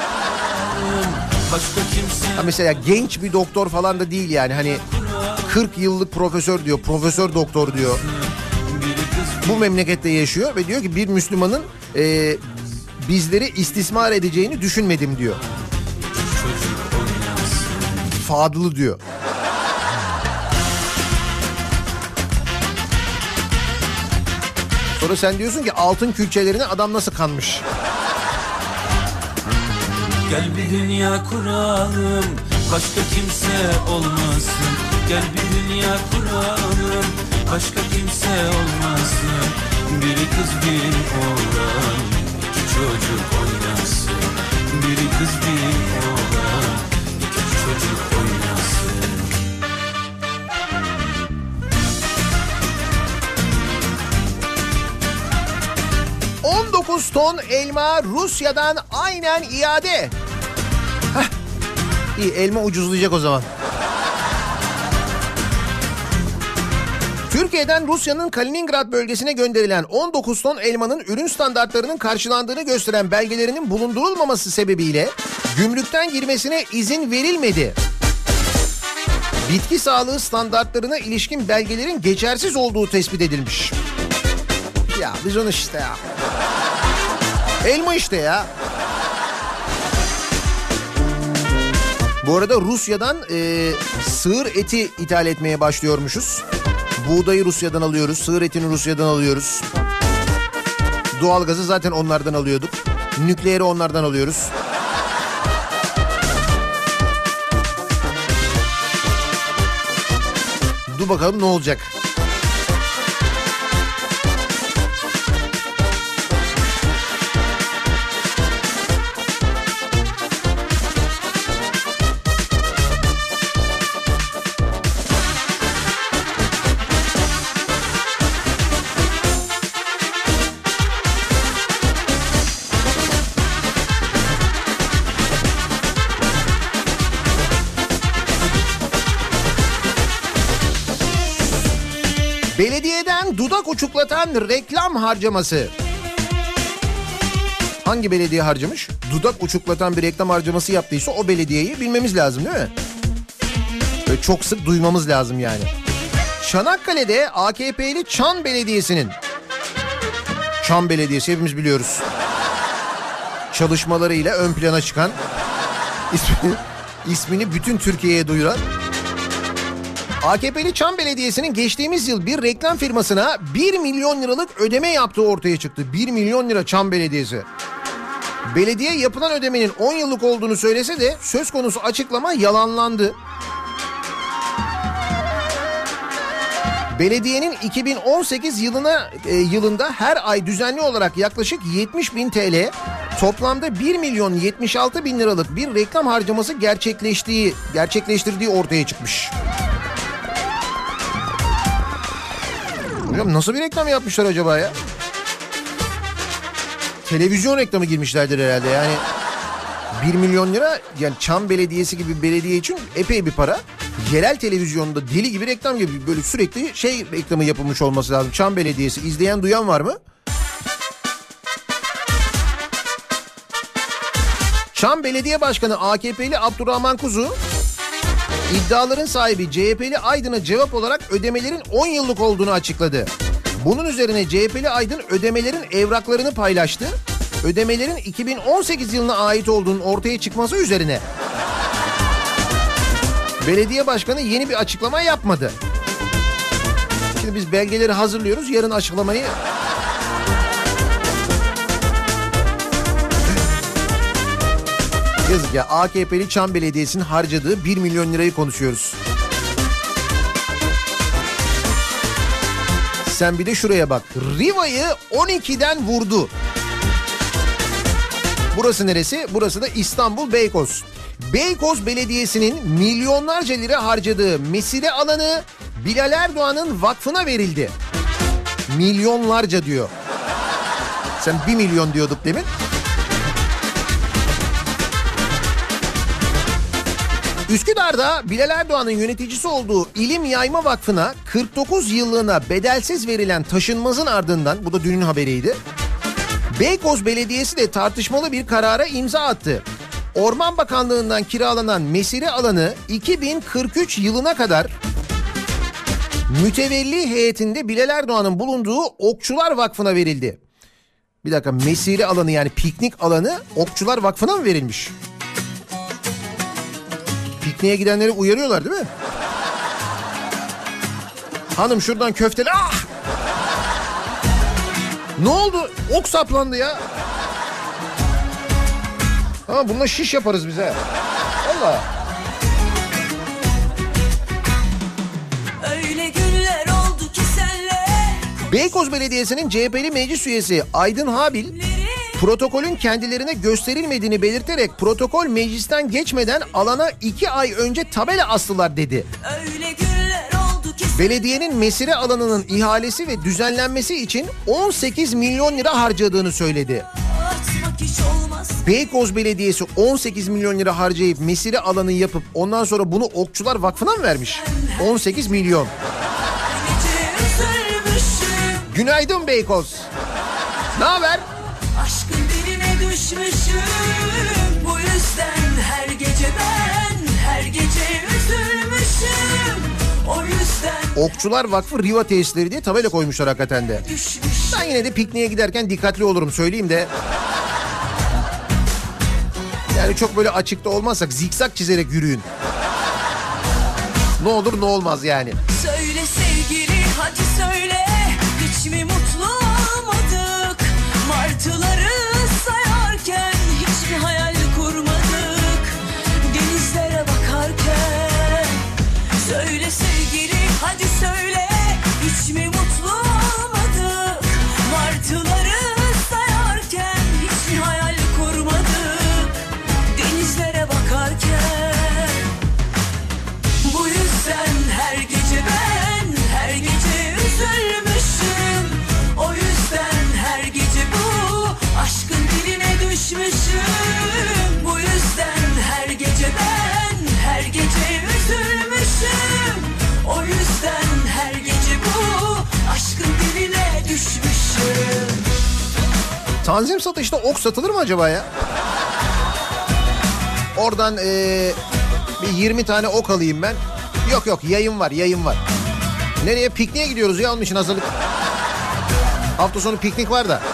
Ha mesela genç bir doktor falan da değil yani, hani 40 yıllık profesör diyor, profesör doktor diyor. Bu memlekette yaşıyor ve diyor ki bir Müslümanın bizleri istismar edeceğini düşünmedim diyor. Fadıl'ı diyor. Sonra sen diyorsun ki altın külçelerine adam nasıl kanmış? Gel bir dünya kuralım, başka kimse olmasın. Gel bir dünya kuralım. başka kimse olmasın. Biri kız biri oğlan, iki çocuk oynasın. Biri kız biri oğlan, iki çocuk oynasın. 19 ton elma Rusya'dan aynen iade. Heh. İyi, elma ucuzlayacak o zaman. Türkiye'den Rusya'nın Kaliningrad bölgesine gönderilen 19 ton elmanın ürün standartlarının karşılandığını gösteren belgelerinin bulundurulmaması sebebiyle gümrükten girmesine izin verilmedi. Bitki sağlığı standartlarına ilişkin belgelerin geçersiz olduğu tespit edilmiş. Ya biz onu işte ya. Elma işte ya. Bu arada Rusya'dan sığır eti ithal etmeye başlıyormuşuz. Buğdayı Rusya'dan alıyoruz, sığır etini Rusya'dan alıyoruz. Doğalgazı zaten onlardan alıyorduk. Nükleeri onlardan alıyoruz. Dur bakalım ne olacak. Belediyeden dudak uçuklatan reklam harcaması. Hangi belediye harcamış? Dudak uçuklatan bir reklam harcaması yaptıysa o belediyeyi bilmemiz lazım değil mi? Böyle çok sık duymamız lazım yani. Çanakkale'de AKP'li Çan Belediyesi'nin, Çan Belediyesi hepimiz biliyoruz, çalışmalarıyla ön plana çıkan, ismini bütün Türkiye'ye duyuran AKP'li Çan Belediyesi'nin geçtiğimiz yıl bir reklam firmasına 1 milyon liralık ödeme yaptığı ortaya çıktı. 1 milyon lira Çan Belediyesi. Belediye yapılan ödemenin 10 yıllık olduğunu söylese de söz konusu açıklama yalanlandı. Belediyenin 2018 yılında her ay düzenli olarak yaklaşık 70 bin TL, toplamda 1 milyon 76 bin liralık bir reklam harcaması gerçekleştirdiği ortaya çıkmış. Hocam nasıl bir reklam yapmışlar acaba ya? Televizyon reklamı girmişlerdir herhalde yani. 1 milyon lira yani Çam Belediyesi gibi bir belediye için epey bir para. Yerel televizyonda deli gibi reklam gibi böyle sürekli reklamı yapılmış olması lazım. Çam Belediyesi izleyen duyan var mı? Çam Belediye Başkanı AKP'li Abdurrahman Kuzu iddiaların sahibi CHP'li Aydın'a cevap olarak ödemelerin 10 yıllık olduğunu açıkladı. Bunun üzerine CHP'li Aydın ödemelerin evraklarını paylaştı. Ödemelerin 2018 yılına ait olduğunun ortaya çıkması üzerine belediye başkanı yeni bir açıklama yapmadı. Şimdi biz belgeleri hazırlıyoruz, yarın açıklamayı... Yazık ya, AKP'li Çam Belediyesi'nin harcadığı 1 milyon lirayı konuşuyoruz. Sen bir de şuraya bak. Riva'yı 12'den vurdu. Burası neresi? Burası da İstanbul Beykoz. Beykoz Belediyesi'nin milyonlarca lira harcadığı mesire alanı Bilal Erdoğan'ın vakfına verildi. Milyonlarca diyor. Sen 1 milyon diyorduk demin. Üsküdar'da Bilal Erdoğan'ın yöneticisi olduğu İlim Yayma Vakfı'na 49 yıllığına bedelsiz verilen taşınmazın ardından, bu da dünün haberiydi, Beykoz Belediyesi de tartışmalı bir karara imza attı. Orman Bakanlığı'ndan kiralanan mesire alanı 2043 yılına kadar mütevelli heyetinde Bilal Erdoğan'ın bulunduğu Okçular Vakfı'na verildi. Bir dakika, mesire alanı yani piknik alanı Okçular Vakfı'na mı verilmiş? Pikniğe gidenleri uyarıyorlar değil mi? Hanım şuradan köfteli... Ah! Ne oldu? Ok saplandı ya. Ha, bununla şiş yaparız bize. Vallahi. Öyle günler oldu ki sen Beykoz Belediyesi'nin CHP'li meclis üyesi Aydın Habil protokolün kendilerine gösterilmediğini belirterek protokol meclisten geçmeden alana 2 ay önce tabela astılar dedi. Belediyenin mesire alanının ihalesi ve düzenlenmesi için 18 milyon lira harcadığını söyledi. Beykoz Belediyesi 18 milyon lira harcayıp mesire alanı yapıp ondan sonra bunu Okçular Vakfı'na mı vermiş? 18 milyon. Günaydın Beykoz. Ne haber? Aşkın diline düşmüşüm. Bu yüzden her gece ben her gece üzülmüşüm. O yüzden Okçular Vakfı Riva tesisleri diye tabela koymuşlar hakikaten de. Ben yine de pikniğe giderken dikkatli olurum söyleyeyim de. Yani çok böyle açıkta olmazsak zikzak çizerek yürüyün. Ne olur ne olmaz yani. söyle sevgili hadi söyle. Hiç mi mutlu olmadık? Martıları sayarken hiç mi hayal kurmadık? Denizlere bakarken söyle sevgili hadi söyle. Hiç mi mutlu olmadık? Martıları sayarken hiç mi hayal kurmadık? Denizlere bakarken bu yüzden her gece ben her gece üzülmüşüm. O yüzden her gece bu aşkın diline düşmüşüm. Bu yüzden her gece ben her gece üzülmüşüm. O yüzden her gece bu aşkın diline düşmüşüm. Tanzim satışta ok satılır mı acaba ya? Oradan bir 20 tane ok alayım ben. Yok yayın var. Nereye? Pikniğe gidiyoruz ya, onun için hazırlık. Hafta sonu piknik var da.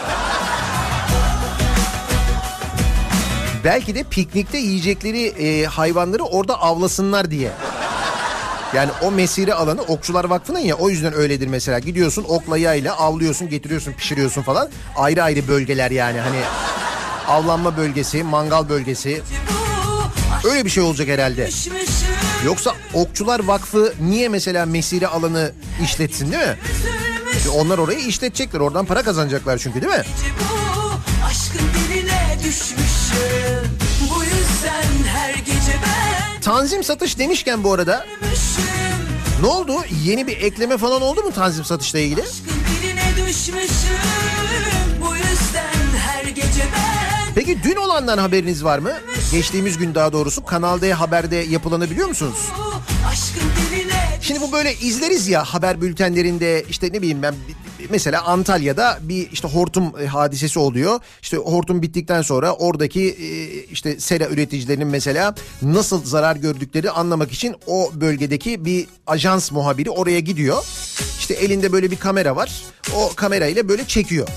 Belki de piknikte yiyecekleri hayvanları orada avlasınlar diye. Yani o mesire alanı Okçular Vakfı'nın ya, o yüzden öyledir mesela. Gidiyorsun okla yayla avlıyorsun, getiriyorsun, pişiriyorsun falan. Ayrı ayrı bölgeler yani, hani avlanma bölgesi, mangal bölgesi. Öyle bir şey olacak herhalde. Yoksa Okçular Vakfı niye mesela mesire alanı işletsin, değil mi? Çünkü onlar orayı işletecekler, oradan para kazanacaklar çünkü, değil mi? Aşkın diline düşmüşüm. Bu yüzden her gece ben Tanzim satış demişken bu arada ne oldu? Yeni bir ekleme falan oldu mu Tanzim satışla ilgili? aşkın diline düşmüşüm. Bu yüzden her gece ben Peki dün olandan haberiniz var mı? Geçtiğimiz gün daha doğrusu Kanal D Haber'de yapılanı biliyor musunuz? aşkın diline Şimdi bu böyle izleriz ya haber bültenlerinde, işte ne bileyim ben, mesela Antalya'da bir işte hortum hadisesi oluyor. İşte hortum bittikten sonra oradaki işte sera üreticilerinin mesela nasıl zarar gördükleri anlamak için o bölgedeki bir ajans muhabiri oraya gidiyor. İşte elinde böyle bir kamera var. O kamerayla böyle çekiyor.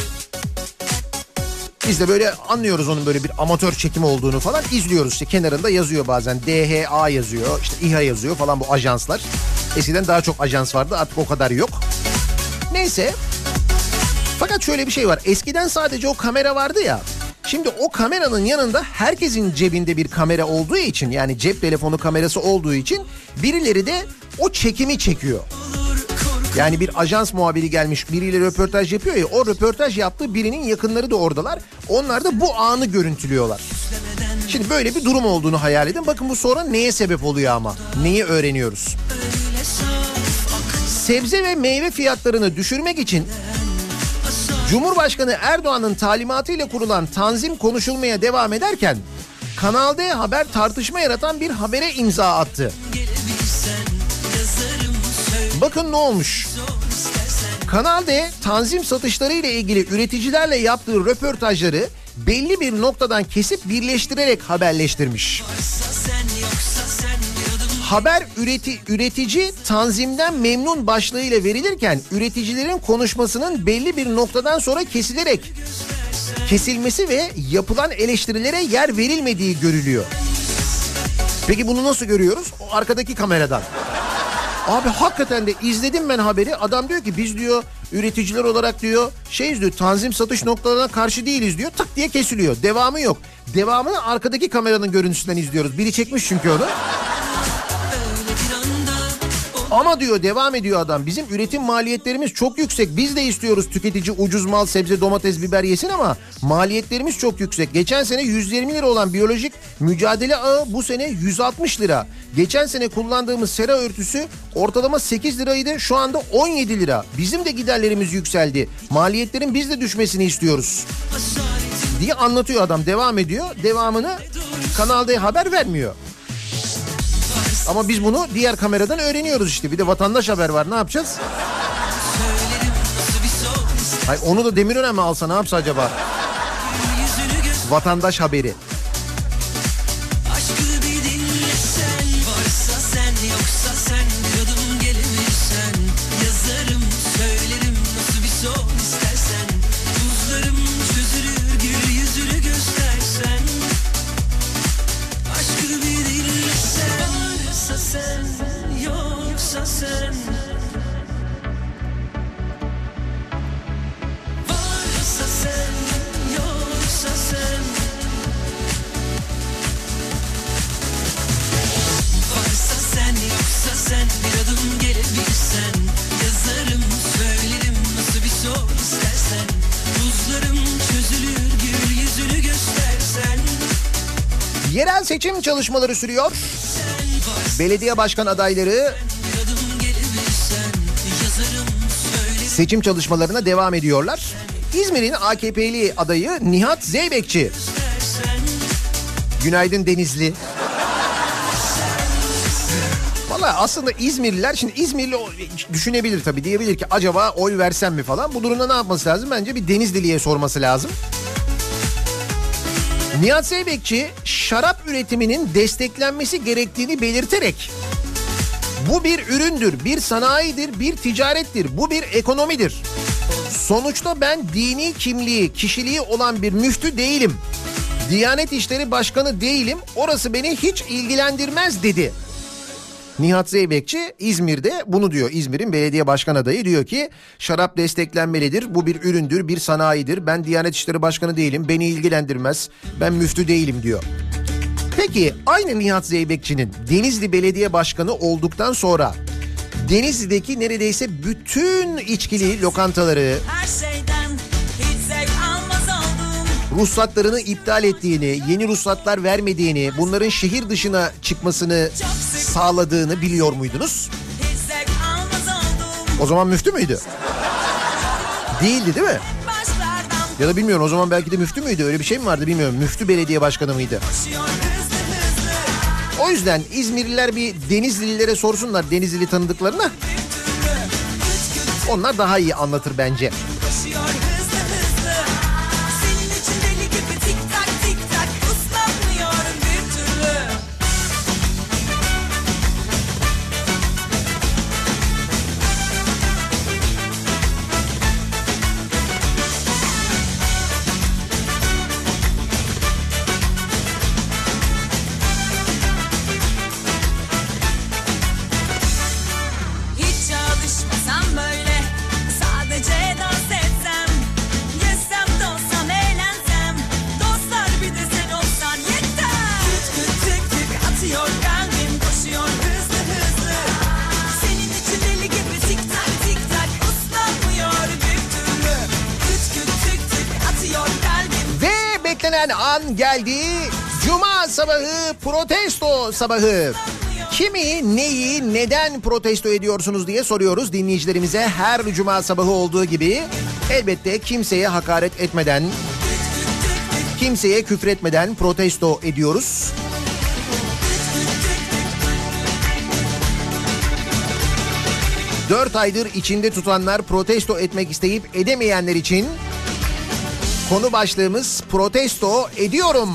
Biz de böyle anlıyoruz onun böyle bir amatör çekim olduğunu falan, izliyoruz. İşte kenarında yazıyor bazen DHA yazıyor, işte İHA yazıyor falan, bu ajanslar. Eskiden daha çok ajans vardı, artık o kadar yok. Neyse. Fakat şöyle bir şey var. Eskiden sadece o kamera vardı ya. Şimdi o kameranın yanında herkesin cebinde bir kamera olduğu için, yani cep telefonu kamerası olduğu için birileri de o çekimi çekiyor. Yani bir ajans muhabiri gelmiş, biriyle röportaj yapıyor ya, o röportaj yaptığı birinin yakınları da oradalar. Onlar da bu anı görüntülüyorlar. Şimdi böyle bir durum olduğunu hayal edin. Bakın bu sonra neye sebep oluyor ama. Neyi öğreniyoruz? Sebze ve meyve fiyatlarını düşürmek için Cumhurbaşkanı Erdoğan'ın talimatıyla kurulan tanzim konuşulmaya devam ederken Kanal D Haber tartışma yaratan bir habere imza attı. Bakın ne olmuş. Kanal D tanzim satışları ile ilgili üreticilerle yaptığı röportajları belli bir noktadan kesip birleştirerek haberleştirmiş. Haber üretici tanzimden memnun başlığıyla verilirken üreticilerin konuşmasının belli bir noktadan sonra kesilmesi ve yapılan eleştirilere yer verilmediği görülüyor. Peki bunu nasıl görüyoruz? O arkadaki kameradan. Abi hakikaten de izledim ben haberi. Adam diyor ki biz diyor üreticiler olarak diyor diyor tanzim satış noktalarına karşı değiliz diyor. Tak diye kesiliyor. Devamı yok. Devamını arkadaki kameranın görüntüsünden izliyoruz. Biri çekmiş çünkü onu. Ama diyor, devam ediyor adam, bizim üretim maliyetlerimiz çok yüksek. Biz de istiyoruz tüketici ucuz mal, sebze, domates, biber yesin ama maliyetlerimiz çok yüksek. Geçen sene 120 lira olan biyolojik mücadele ağı bu sene 160 lira. Geçen sene kullandığımız sera örtüsü ortalama 8 liraydı, şu anda 17 lira. Bizim de giderlerimiz yükseldi. Maliyetlerin biz de düşmesini istiyoruz diye anlatıyor adam, devam ediyor. Devamını Kanal D haber vermiyor. Ama biz bunu diğer kameradan öğreniyoruz işte. Bir de Vatandaş Haber var, ne yapacağız? Hayır, onu da Demirören mi alsa, ne yapsa acaba? Vatandaş Haberi. Yerel seçim çalışmaları sürüyor. Belediye başkan adayları seçim çalışmalarına devam ediyorlar. İzmir'in AKP'li adayı Nihat Zeybekçi. Günaydın Denizli. Valla aslında İzmirliler, şimdi İzmirli düşünebilir tabii, diyebilir ki acaba oy versem mi falan. Bu durumda ne yapması lazım? Bence bir Denizlili'ye sorması lazım. Nihat Zeybekçi şarap üretiminin desteklenmesi gerektiğini belirterek bu bir üründür, bir sanayidir, bir ticarettir, bu bir ekonomidir. Sonuçta ben dini kimliği, kişiliği olan bir müftü değilim. Diyanet İşleri Başkanı değilim, orası beni hiç ilgilendirmez dedi. Nihat Zeybekçi İzmir'de bunu diyor. İzmir'in belediye başkan adayı diyor ki şarap desteklenmelidir. Bu bir üründür, bir sanayidir. Ben Diyanet İşleri Başkanı değilim, beni ilgilendirmez. Ben müftü değilim diyor. Peki aynı Nihat Zeybekçi'nin Denizli Belediye Başkanı olduktan sonra Denizli'deki neredeyse bütün içkili lokantaları, ruhsatlarını iptal ettiğini, yeni ruhsatlar vermediğini, bunların şehir dışına çıkmasını sağladığını biliyor muydunuz? O zaman müftü müydü? Değildi değil mi? Ya da bilmiyorum, o zaman belki de müftü müydü? Öyle bir şey mi vardı bilmiyorum. Müftü belediye başkanı mıydı? O yüzden İzmirliler bir Denizlililere sorsunlar, Denizlili tanıdıklarına. Onlar daha iyi anlatır bence. An geldi. Cuma sabahı protesto sabahı. Kimi, neyi, neden protesto ediyorsunuz diye soruyoruz dinleyicilerimize. Her cuma sabahı olduğu gibi elbette kimseye hakaret etmeden, kimseye küfretmeden protesto ediyoruz. Dört aydır içinde tutanlar, protesto etmek isteyip edemeyenler için konu başlığımız protesto ediyorum.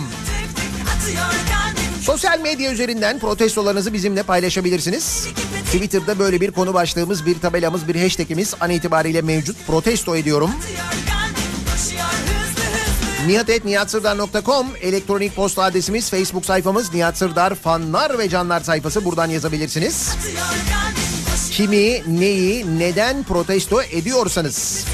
Sosyal medya üzerinden protestolarınızı bizimle paylaşabilirsiniz. Twitter'da böyle bir konu başlığımız, bir tabelamız, bir hashtagimiz an itibariyle mevcut. Protesto ediyorum. nihat@nihatsırdar.com elektronik posta adresimiz, Facebook sayfamız Nihat Sırdar fanlar ve canlar sayfası, buradan yazabilirsiniz. Kimi, neyi, neden protesto ediyorsanız.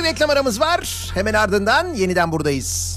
bir reklam aramız var. Hemen ardından yeniden buradayız.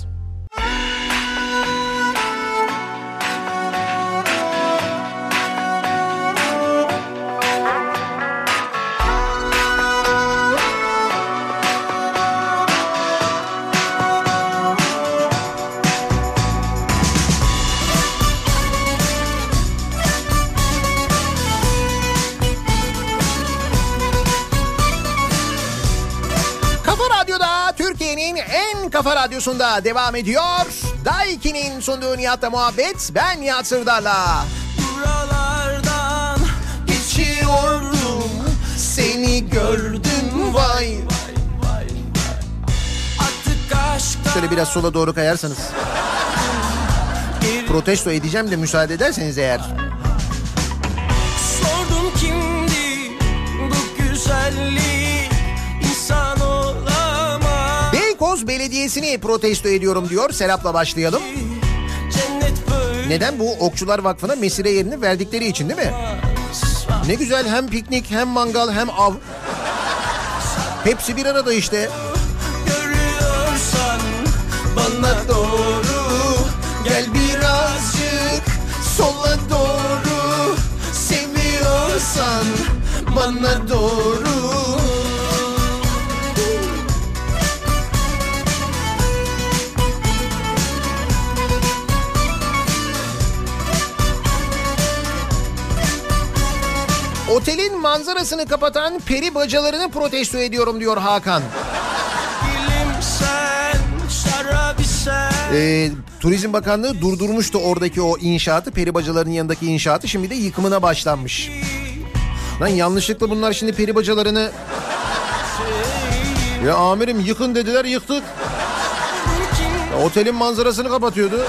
Kafa Radyosu'nda devam ediyor. Daiki'nin sunduğu Nihat'la muhabbet. Ben Nihat Sırdar'la. Buralardan geçiyordum, seni gördüm vay. Artık aşktan... Şöyle biraz sola doğru kayarsanız. Protesto edeceğim de müsaade ederseniz eğer. Sordum kimdi bu güzellik, insan olamaz. Beykoz Belediyesi'ni protesto ediyorum diyor. Serap'la başlayalım. Neden? Bu Okçular Vakfı'na mesire yerini verdikleri için değil mi? Ne güzel, hem piknik hem mangal hem av. Hepsi bir arada işte. Görüyorsan bana doğru gel, birazcık sola doğru. Seviyorsan bana doğru. Otelin manzarasını kapatan peri bacalarını protesto ediyorum diyor Hakan. Turizm Bakanlığı durdurmuştu oradaki o inşaatı, peri bacalarının yanındaki inşaatı. Şimdi de yıkımına başlanmış. Lan yanlışlıkla bunlar şimdi peri bacalarını... Ya amirim yıkın dediler, yıktık. Ya, otelin manzarasını kapatıyordu.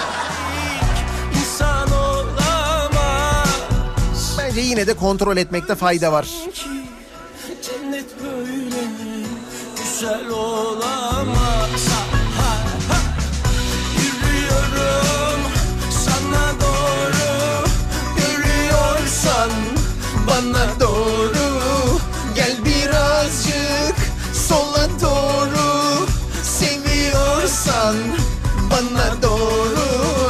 Bence yine de kontrol etmekte fayda var. Cennet böyle güzel olamaz. Yürüyorum sana doğru, görüyorsan bana doğru. Gel birazcık sola doğru, seviyorsan bana doğru.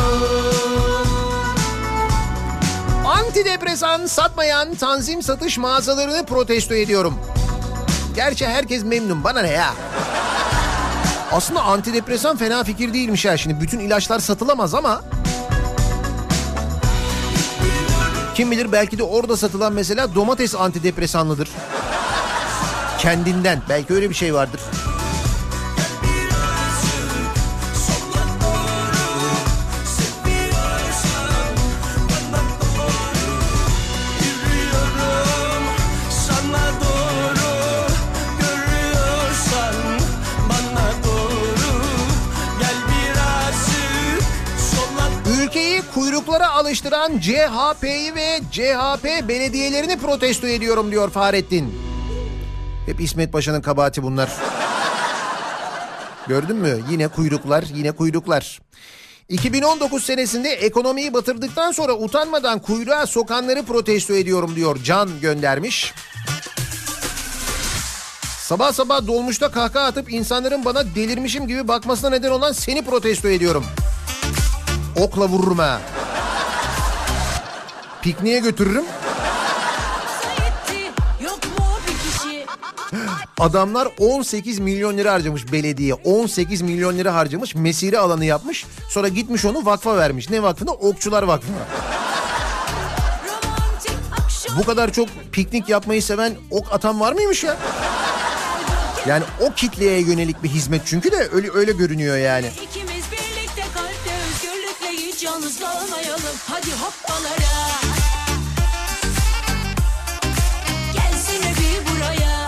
Antidepresan satmayan tanzim satış mağazalarını protesto ediyorum. Gerçi herkes memnun, bana ne ya? Aslında antidepresan fena fikir değilmiş ya. Şimdi bütün ilaçlar satılamaz ama... Kim bilir, belki de orada satılan mesela domates antidepresanlıdır. Kendinden. Belki öyle bir şey vardır. Kuyruklara alıştıran CHP'yi ve CHP belediyelerini protesto ediyorum diyor Fahrettin. Hep İsmet Paşa'nın kabahati bunlar. Gördün mü? Yine kuyruklar, yine kuyruklar. 2019 senesinde ekonomiyi batırdıktan sonra utanmadan kuyruğa sokanları protesto ediyorum diyor. Can göndermiş. Sabah sabah dolmuşta kahkaha atıp insanların bana delirmişim gibi bakmasına neden olan seni protesto ediyorum. Okla vururum ha. Pikniğe götürürüm. Adamlar 18 milyon lira harcamış belediye. 18 milyon lira harcamış, mesire alanı yapmış. Sonra gitmiş onu vakfa vermiş. Ne vakfına? Okçular Vakfı'na. Bu kadar çok piknik yapmayı seven ok atan var mıymış ya? Yani o kitleye yönelik bir hizmet çünkü de öyle görünüyor yani. Yalnız kalmayalım, hadi hoppalara. Gelsene bir buraya.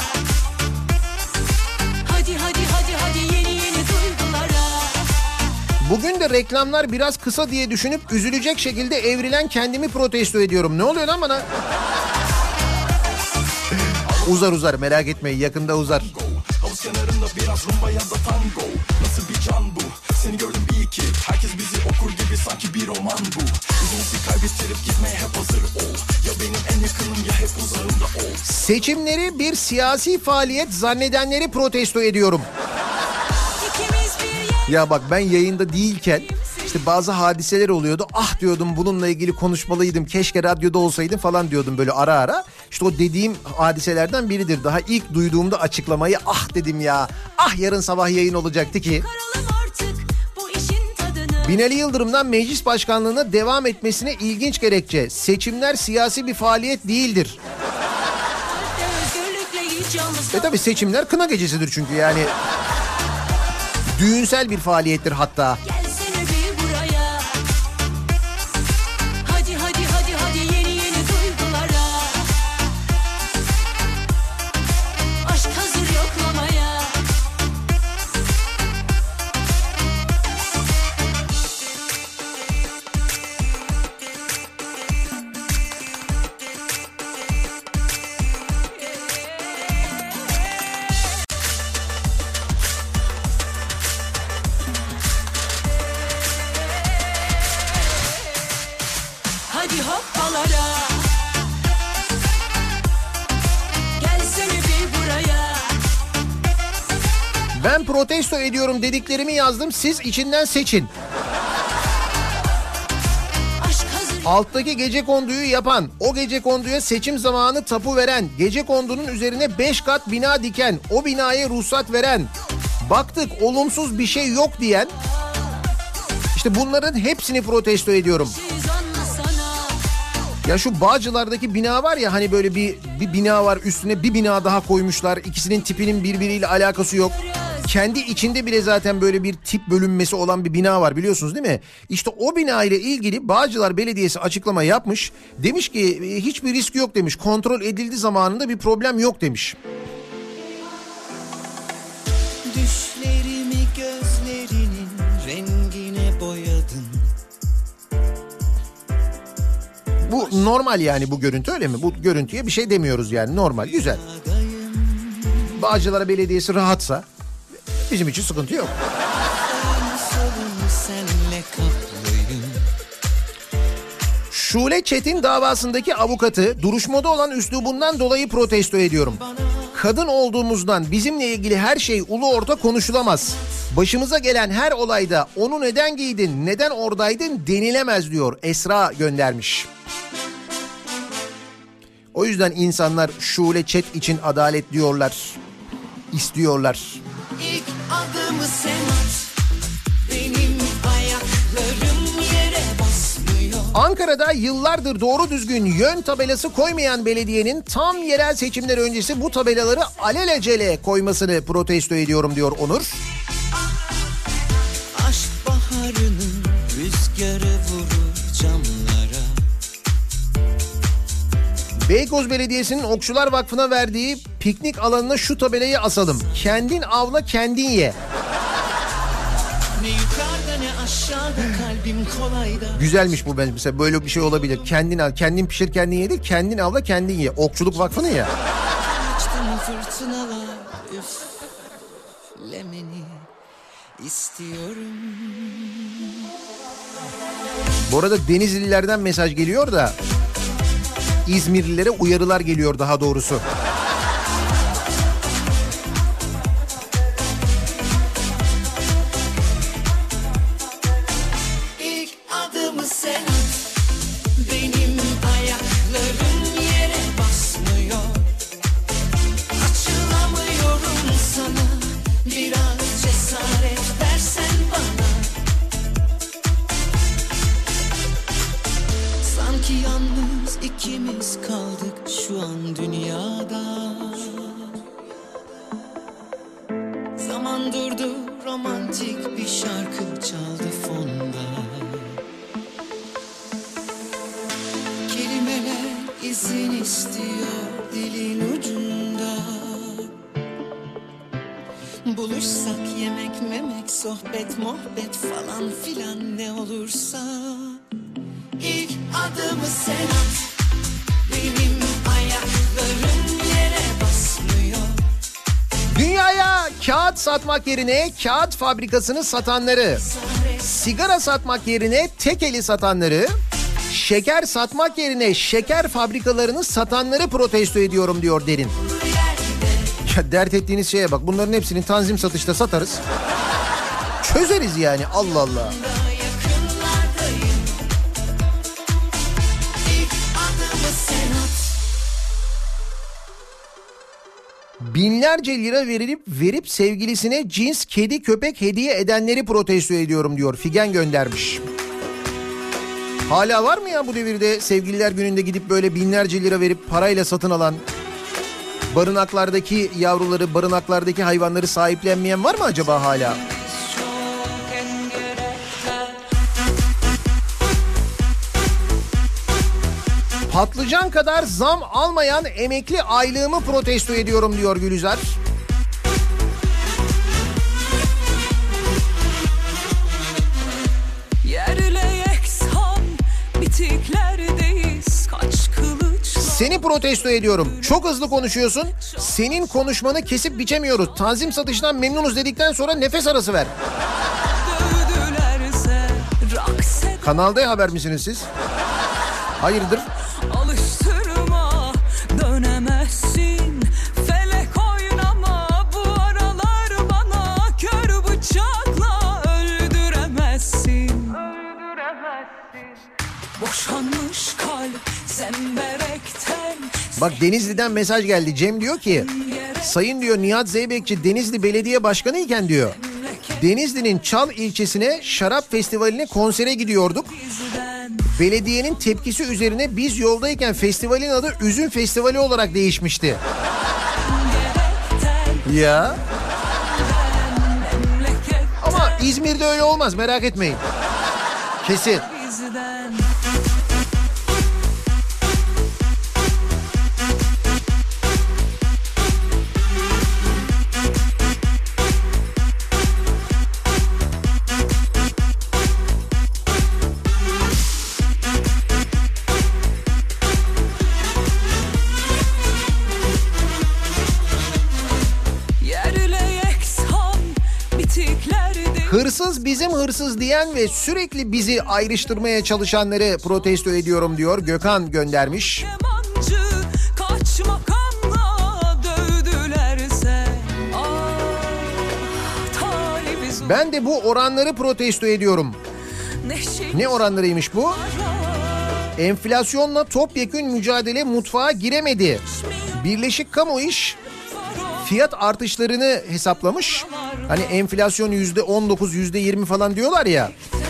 Hadi yeni duygulara. Bugün de reklamlar biraz kısa diye düşünüp üzülecek şekilde evrilen kendimi protesto ediyorum. Ne oluyor lan bana? kenarında biraz rumba ya da tango. Nasıl bir can bu? Seni gördüm iyi ki. Herkes bizi okur gibi sanki bir roman bu. Üzüntüsü kaybettirip gitmeye hep hazır ol. Ya benim en yakınım ya hep uzağımda ol. Seçimleri bir siyasi faaliyet zannedenleri protesto ediyorum. Ya bak ben yayında değilken işte bazı hadiseler oluyordu. Ah diyordum bununla ilgili konuşmalıydım. Keşke radyoda olsaydım falan diyordum böyle ara ara. İşte o dediğim hadiselerden biridir. Daha ilk duyduğumda açıklamayı ah dedim ya. Ah yarın sabah yayın olacaktı ki. Binali Yıldırım'dan meclis başkanlığına devam etmesine ilginç gerekçe. Seçimler siyasi bir faaliyet değildir. Tabii seçimler kına gecesidir çünkü yani. Düğünsel bir faaliyettir hatta. Gelsene bir buraya. Hadi hadi hadi hadi yeni yeni duygulara. Aşk hazır yoklamaya. Hadi hoppalara. Gelsene bir buraya. Ben protesto ediyorum dediklerimi yazdım. Siz içinden seçin. Alttaki gecekonduyu yapan, o gecekonduya seçim zamanı tapu veren, gecekondunun üzerine 5 kat bina diken, o binaya ruhsat veren, baktık olumsuz bir şey yok diyen, işte bunların hepsini protesto ediyorum. Ya şu Bağcılar'daki bina var ya hani böyle bir bina var üstüne bir bina daha koymuşlar. İkisinin tipinin birbiriyle alakası yok. Kendi içinde bile zaten böyle bir tip bölünmesi olan bir bina var biliyorsunuz değil mi? İşte o bina ile ilgili Bağcılar Belediyesi açıklama yapmış. Demiş ki hiçbir risk yok demiş. Kontrol edildi zamanında bir problem yok demiş. Düşlerimi gözlerinin rengine boyadın. Bu normal yani bu görüntü öyle mi? Bu görüntüye bir şey demiyoruz yani normal güzel. Bağcılar Belediyesi rahatsa bizim için sıkıntı yok. Şule Çetin davasındaki avukatı duruşmada olan üslubundan dolayı protesto ediyorum. Kadın olduğumuzdan bizimle ilgili her şey ulu orta konuşulamaz. Başımıza gelen her olayda onu neden giydin, neden oradaydın denilemez diyor. Esra göndermiş. O yüzden insanlar Şule Çet için adalet diyorlar, istiyorlar. İlk adımı sen at, benim ayaklarım yere basmıyor. Ankara'da yıllardır doğru düzgün yön tabelası koymayan belediyenin tam yerel seçimler öncesi bu tabelaları alelacele koymasını protesto ediyorum diyor Onur. Aşk baharının rüzgarı vurur camlara. Beykoz Belediyesi'nin Okçular Vakfı'na verdiği piknik alanına şu tabelayı asalım. Kendin avla kendin ye. Ne yukarıda ne aşağıda kalbim kolayda. Güzelmiş bu mesela böyle bir şey olabilir. Kendin al, kendin pişir kendin ye değil, kendin avla kendin ye. Okçuluk Vakfı'nın ya. Açtım fırtınalar üflemeni istiyorum. Bu arada Denizlilerden mesaj geliyor da İzmirlilere uyarılar geliyor daha doğrusu. İlk adımı sen at, benim ayaklarım yere basmıyor. Açılamıyorum sana, biraz cesaret versen bana. Sanki yalnız ikimiz kaldık şu an dünyada. Zaman durdu, romantik bir şarkı çaldı fonda. Kelimeler izin istiyor dilin ucunda. Buluşsak yemek memek, sohbet muhabbet falan filan ne olursa. İlk adımı sen at, benim ayaklarım yere basmıyor. Dünyaya kağıt satmak yerine kağıt fabrikasını satanları, sigara satmak yerine tekeli satanları, şeker satmak yerine şeker fabrikalarını satanları protesto ediyorum diyor Derin. Ya dert ettiğiniz şeye bak, bunların hepsini tanzim satışta satarız. Çözeriz yani, Allah Allah. Binlerce lira verip sevgilisine cins kedi köpek hediye edenleri protesto ediyorum diyor. Figen göndermiş. Hala var mı ya bu devirde sevgililer gününde gidip böyle binlerce lira verip parayla satın alan, barınaklardaki yavruları, barınaklardaki hayvanları sahiplenmeyen var mı acaba hala? Patlıcan kadar zam almayan emekli aylığımı protesto ediyorum diyor Gülüzer. Yerle yeksan bitiklerdeyiz, kaç kılıç. Seni protesto ediyorum. Çok hızlı konuşuyorsun. Senin konuşmanı kesip biçemiyoruz. Tanzim satıştan memnunuz dedikten sonra nefes arası ver. Kanal D haber misiniz siz? Hayırdır? Alıştırma, dönemezsin. Felek oynama, bu aralar bana kör bıçakla öldüremezsin. Boşanmış kalp zemberekten. Bak Denizli'den mesaj geldi. Cem diyor ki, sayın diyor Nihat Zeybekçi Denizli Belediye Başkanı iken diyor, Denizli'nin Çal ilçesine şarap festivaline konsere gidiyorduk. Belediyenin tepkisi üzerine biz yoldayken festivalin adı Üzüm Festivali olarak değişmişti. Ya. Ama İzmir'de öyle olmaz, merak etmeyin. Kesin. Hırsız bizim hırsız diyen ve sürekli bizi ayrıştırmaya çalışanları protesto ediyorum diyor. Gökhan göndermiş. Ben de bu oranları protesto ediyorum. Ne oranlarıymış bu? Enflasyonla topyekün mücadele mutfağa giremedi. Birleşik Kamu İş fiyat artışlarını hesaplamış. Hani enflasyon %19, %20 falan diyorlar ya.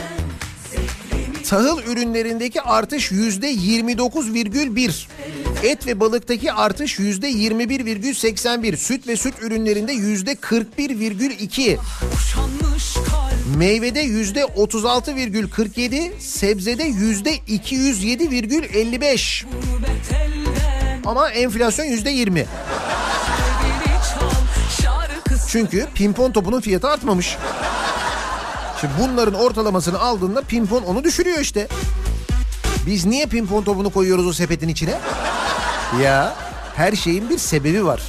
Tahıl ürünlerindeki artış %29,1. Et ve balıktaki artış %21,81. Süt ve süt ürünlerinde %41,2. Meyvede %36,47. Sebzede %207,55. Ama enflasyon %20. Çünkü pimpon topunun fiyatı artmamış. Şimdi bunların ortalamasını aldığında pimpon onu düşürüyor işte. Biz niye pimpon topunu koyuyoruz o sepetin içine? Ya her şeyin bir sebebi var.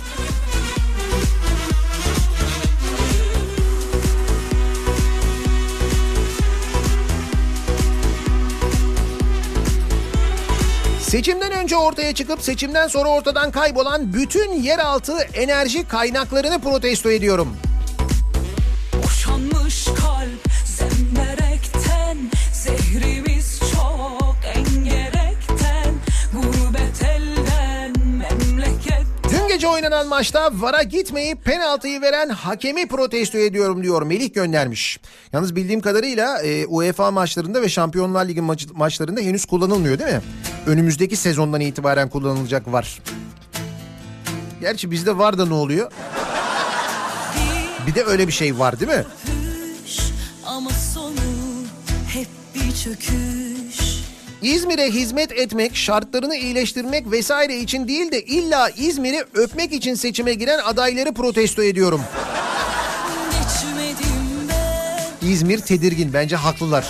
Seçimden önce ortaya çıkıp seçimden sonra ortadan kaybolan bütün yeraltı enerji kaynaklarını protesto ediyorum. Boşanmış kalp zemberekten, zehrimiz çok engerekten, gurbet elden memleket. Dün gece oynanan maçta VAR'a gitmeyip penaltıyı veren hakemi protesto ediyorum diyor. Melih göndermiş. Yalnız bildiğim kadarıyla UEFA maçlarında ve Şampiyonlar Ligi maçlarında henüz kullanılmıyor değil mi? Önümüzdeki sezondan itibaren kullanılacak VAR. Gerçi bizde var da ne oluyor? Bir de öyle bir şey var değil mi? Ama sonu hep bir çöküş. İzmir'e hizmet etmek, şartlarını iyileştirmek vesaire için değil de illa İzmir'i öpmek için seçime giren adayları protesto ediyorum. İzmir tedirgin, bence haklılar.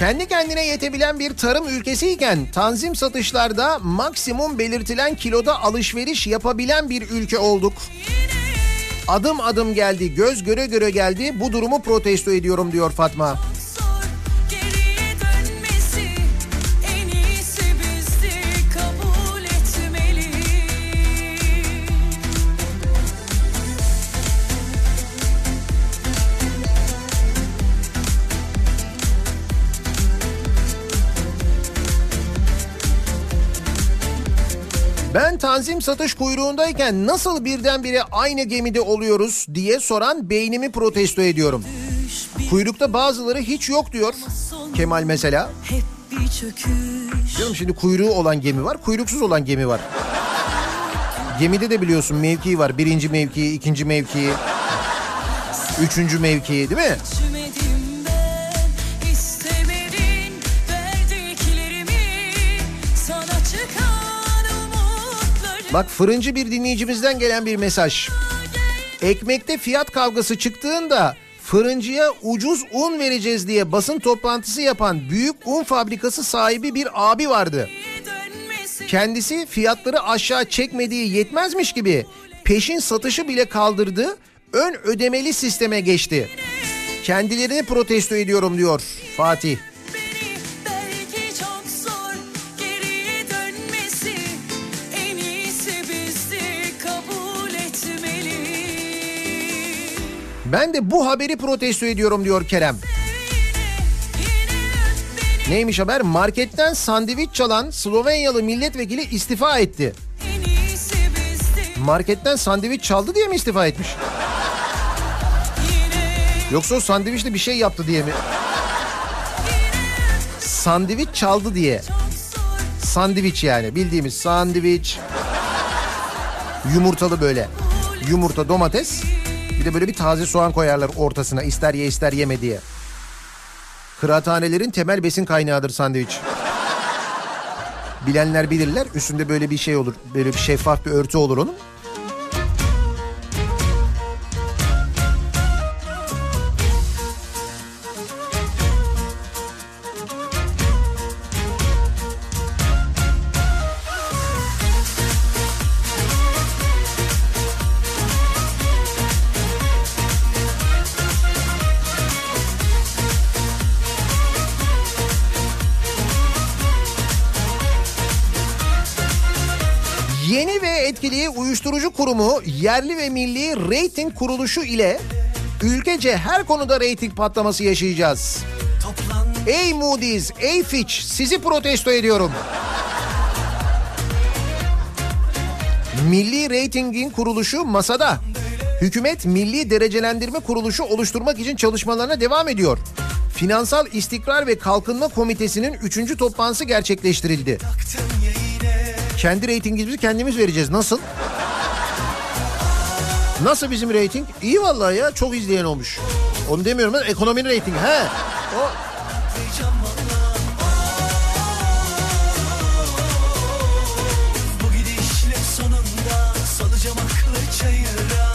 Kendi kendine yetebilen bir tarım ülkesiyken tanzim satışlarda maksimum belirtilen kiloda alışveriş yapabilen bir ülke olduk. Adım adım geldi, göz göre göre geldi. Bu durumu protesto ediyorum diyor Fatma. Ben tanzim satış kuyruğundayken nasıl birdenbire aynı gemide oluyoruz diye soran beynimi protesto ediyorum. Kuyrukta bazıları hiç yok diyor Kemal mesela. Canım şimdi kuyruğu olan gemi var, kuyruksuz olan gemi var. Gemide de biliyorsun mevki var. 1. mevki, 2. mevki, 3. mevki değil mi? Bak fırıncı bir dinleyicimizden gelen bir mesaj. Ekmekte fiyat kavgası çıktığında fırıncıya ucuz un vereceğiz diye basın toplantısı yapan büyük un fabrikası sahibi bir abi vardı. Kendisi fiyatları aşağı çekmediği yetmezmiş gibi peşin satışı bile kaldırdı, ön ödemeli sisteme geçti. Kendilerini protesto ediyorum diyor Fatih. Ben de bu haberi protesto ediyorum diyor Kerem. Neymiş haber? Marketten sandviç çalan Slovenyalı milletvekili istifa etti. Marketten sandviç çaldı diye mi istifa etmiş? Yoksa o sandviçle bir şey yaptı diye mi? Sandviç çaldı diye. Sandviç yani bildiğimiz sandviç. Yumurtalı böyle. Yumurta, domates. Bir de böyle bir taze soğan koyarlar ortasına, ister ye ister yeme diye. Kıraathanelerin temel besin kaynağıdır sandviç. Bilenler bilirler. Üstünde böyle bir şey olur. Böyle bir şeffaf bir örtü olur onun. Yeni ve etkili uyuşturucu kurumu yerli ve milli reyting kuruluşu ile ülkece her konuda reyting patlaması yaşayacağız. Ey Moody's, ey Fitch, sizi protesto ediyorum. Milli Reytingin kuruluşu masada. Hükümet Milli Derecelendirme Kuruluşu oluşturmak için çalışmalarına devam ediyor. Finansal İstikrar ve Kalkınma Komitesi'nin 3. toplantısı gerçekleştirildi. Kendi reytingimizi kendimiz vereceğiz. Nasıl? Nasıl bizim reyting? İyi vallahi ya, çok izleyen olmuş. Onu demiyorum ben, ekonominin reytingi. He. O. Bu gidişle sonunda salacağım aklı çayıra.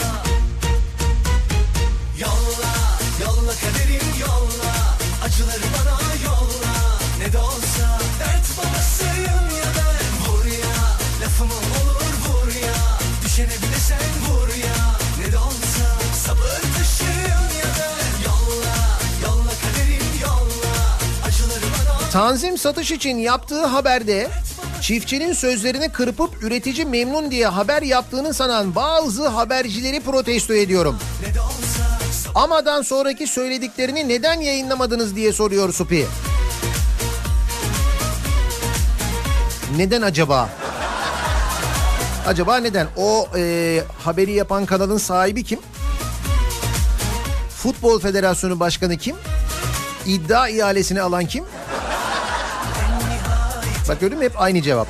Yolla, yolla kaderim yolla. Acıları bana yolla. Ne de olsa dert babasıyım ya ben. Vur ya, lafımı olur vur ya. Düşene bile sen vur ya. Ne de olsa sabır taşıyım ya ben. Yolla, yolla kaderim yolla. Acıları bana. Tanzim satış için yaptığı haberde çiftçinin sözlerini kırpıp üretici memnun diye haber yaptığını sanan bazı habercileri protesto ediyorum. Ama'dan sonraki söylediklerini neden yayınlamadınız diye soruyor Supi. Neden acaba? Acaba neden? O haberi yapan kanalın sahibi kim? Futbol Federasyonu Başkanı kim? İddia ihalesini alan kim? Bak gördün mü, hep aynı cevap.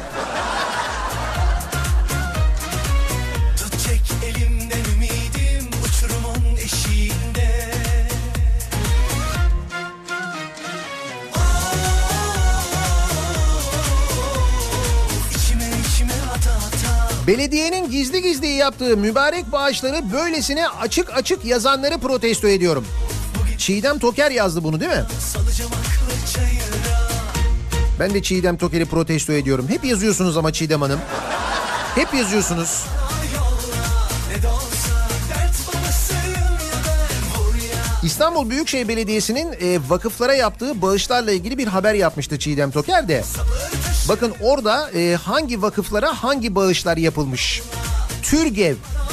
Tutacak elimden ümidim uçurumun eşiğinde. İçime ata ata. Belediyenin gizli gizli yaptığı mübarek bağışları böylesine açık açık yazanları protesto ediyorum. Çiğdem Toker yazdı bunu değil mi? Salacağım aklı çayıra. Ben de Çiğdem Toker'i protesto ediyorum. Hep yazıyorsunuz ama Çiğdem Hanım. Hep yazıyorsunuz. İstanbul Büyükşehir Belediyesi'nin vakıflara yaptığı bağışlarla ilgili bir haber yapmıştı Çiğdem Toker de. Bakın orada hangi vakıflara hangi bağışlar yapılmış. Türgev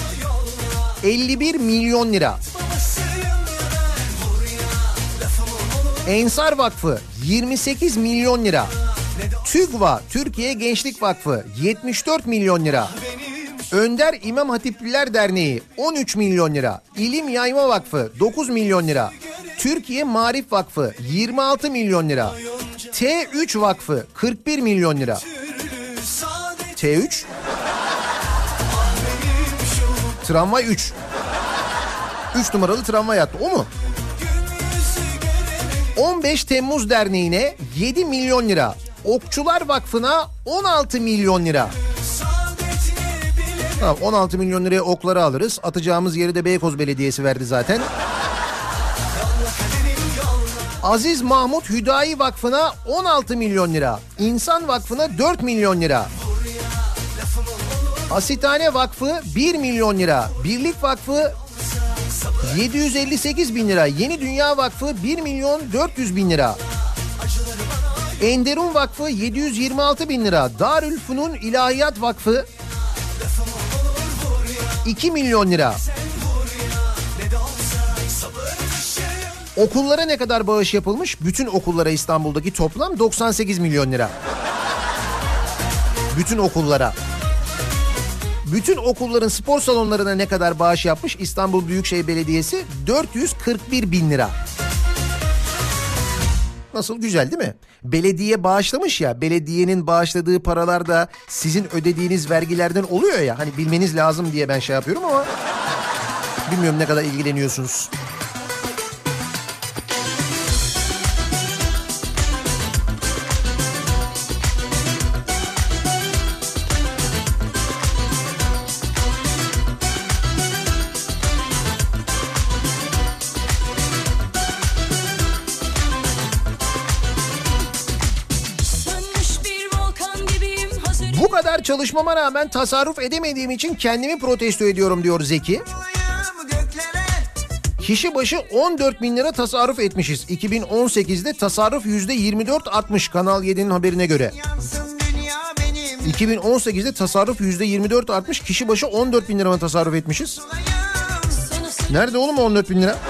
51 milyon lira. Ensar Vakfı 28 milyon lira. TÜGVA Türkiye Gençlik Vakfı 74 milyon lira. Önder İmam Hatipliler Derneği 13 milyon lira. İlim Yayma Vakfı 9 milyon lira. Türkiye Marif Vakfı 26 milyon lira. T3 Vakfı 41 milyon lira. T3? Tramvay 3. 3 numaralı tramvay hattı o mu? 15 Temmuz Derneği'ne 7 milyon lira. Okçular Vakfı'na 16 milyon lira. Tamam, 16 milyon liraya okları alırız. Atacağımız yeri de Beykoz Belediyesi verdi zaten. Aziz Mahmut Hüdayi Vakfı'na 16 milyon lira. İnsan Vakfı'na 4 milyon lira. Asitane Vakfı 1 milyon lira. Birlik Vakfı 758 bin lira. Yeni Dünya Vakfı 1 milyon 400 bin lira. Enderun Vakfı 726 bin lira. Darülfünun İlahiyat Vakfı 2 milyon lira. Okullara ne kadar bağış yapılmış? Bütün okullara İstanbul'daki toplam 98 milyon lira. Bütün okullara. Bütün okulların spor salonlarına ne kadar bağış yapmış? İstanbul Büyükşehir Belediyesi 441 bin lira. Nasıl, güzel değil mi? Belediye bağışlamış ya, belediyenin bağışladığı paralar da sizin ödediğiniz vergilerden oluyor ya. Hani bilmeniz lazım diye ben şey yapıyorum ama bilmiyorum ne kadar ilgileniyorsunuz. Çalışmama rağmen tasarruf edemediğim için kendimi protesto ediyorum diyor Zeki. Kişi başı 14 bin lira tasarruf etmişiz. 2018'de tasarruf %24 artmış Kanal 7'nin haberine göre. 2018'de tasarruf %24 artmış. Kişi başı 14 bin lira mı tasarruf etmişiz? Nerede oğlum 14 bin lira?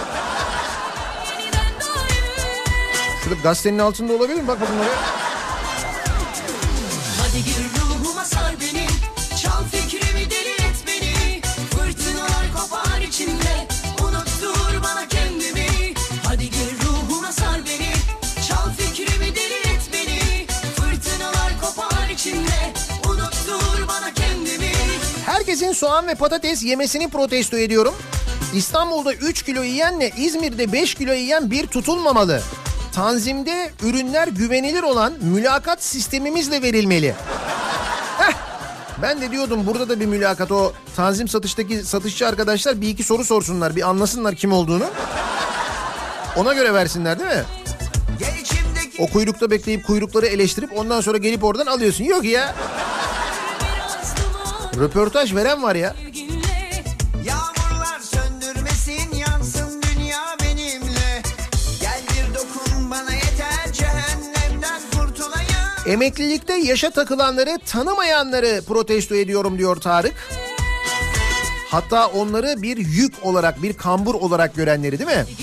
Şurada gazetenin altında olabilir mi? Bak bakın oraya. Herkesin soğan ve patates yemesini protesto ediyorum. İstanbul'da 3 kilo yiyenle İzmir'de 5 kilo yiyen bir tutulmamalı. Tanzimde ürünler güvenilir olan mülakat sistemimizle verilmeli. Ben de diyordum burada da bir mülakat, o Tanzim satıştaki satışçı arkadaşlar bir iki soru sorsunlar, bir anlasınlar kim olduğunu. Ona göre versinler değil mi? O kuyrukta bekleyip kuyrukları eleştirip ondan sonra gelip oradan alıyorsun. Yok ya. Röportaj veren var ya. Yağmurlar söndürmesin, yansın dünya benimle. Gel bir dokun bana yeter, cehennemden kurtulayım. Emeklilikte yaşa takılanları, tanımayanları protesto ediyorum diyor Tarık. Hatta onları bir yük olarak, bir kambur olarak görenleri değil mi?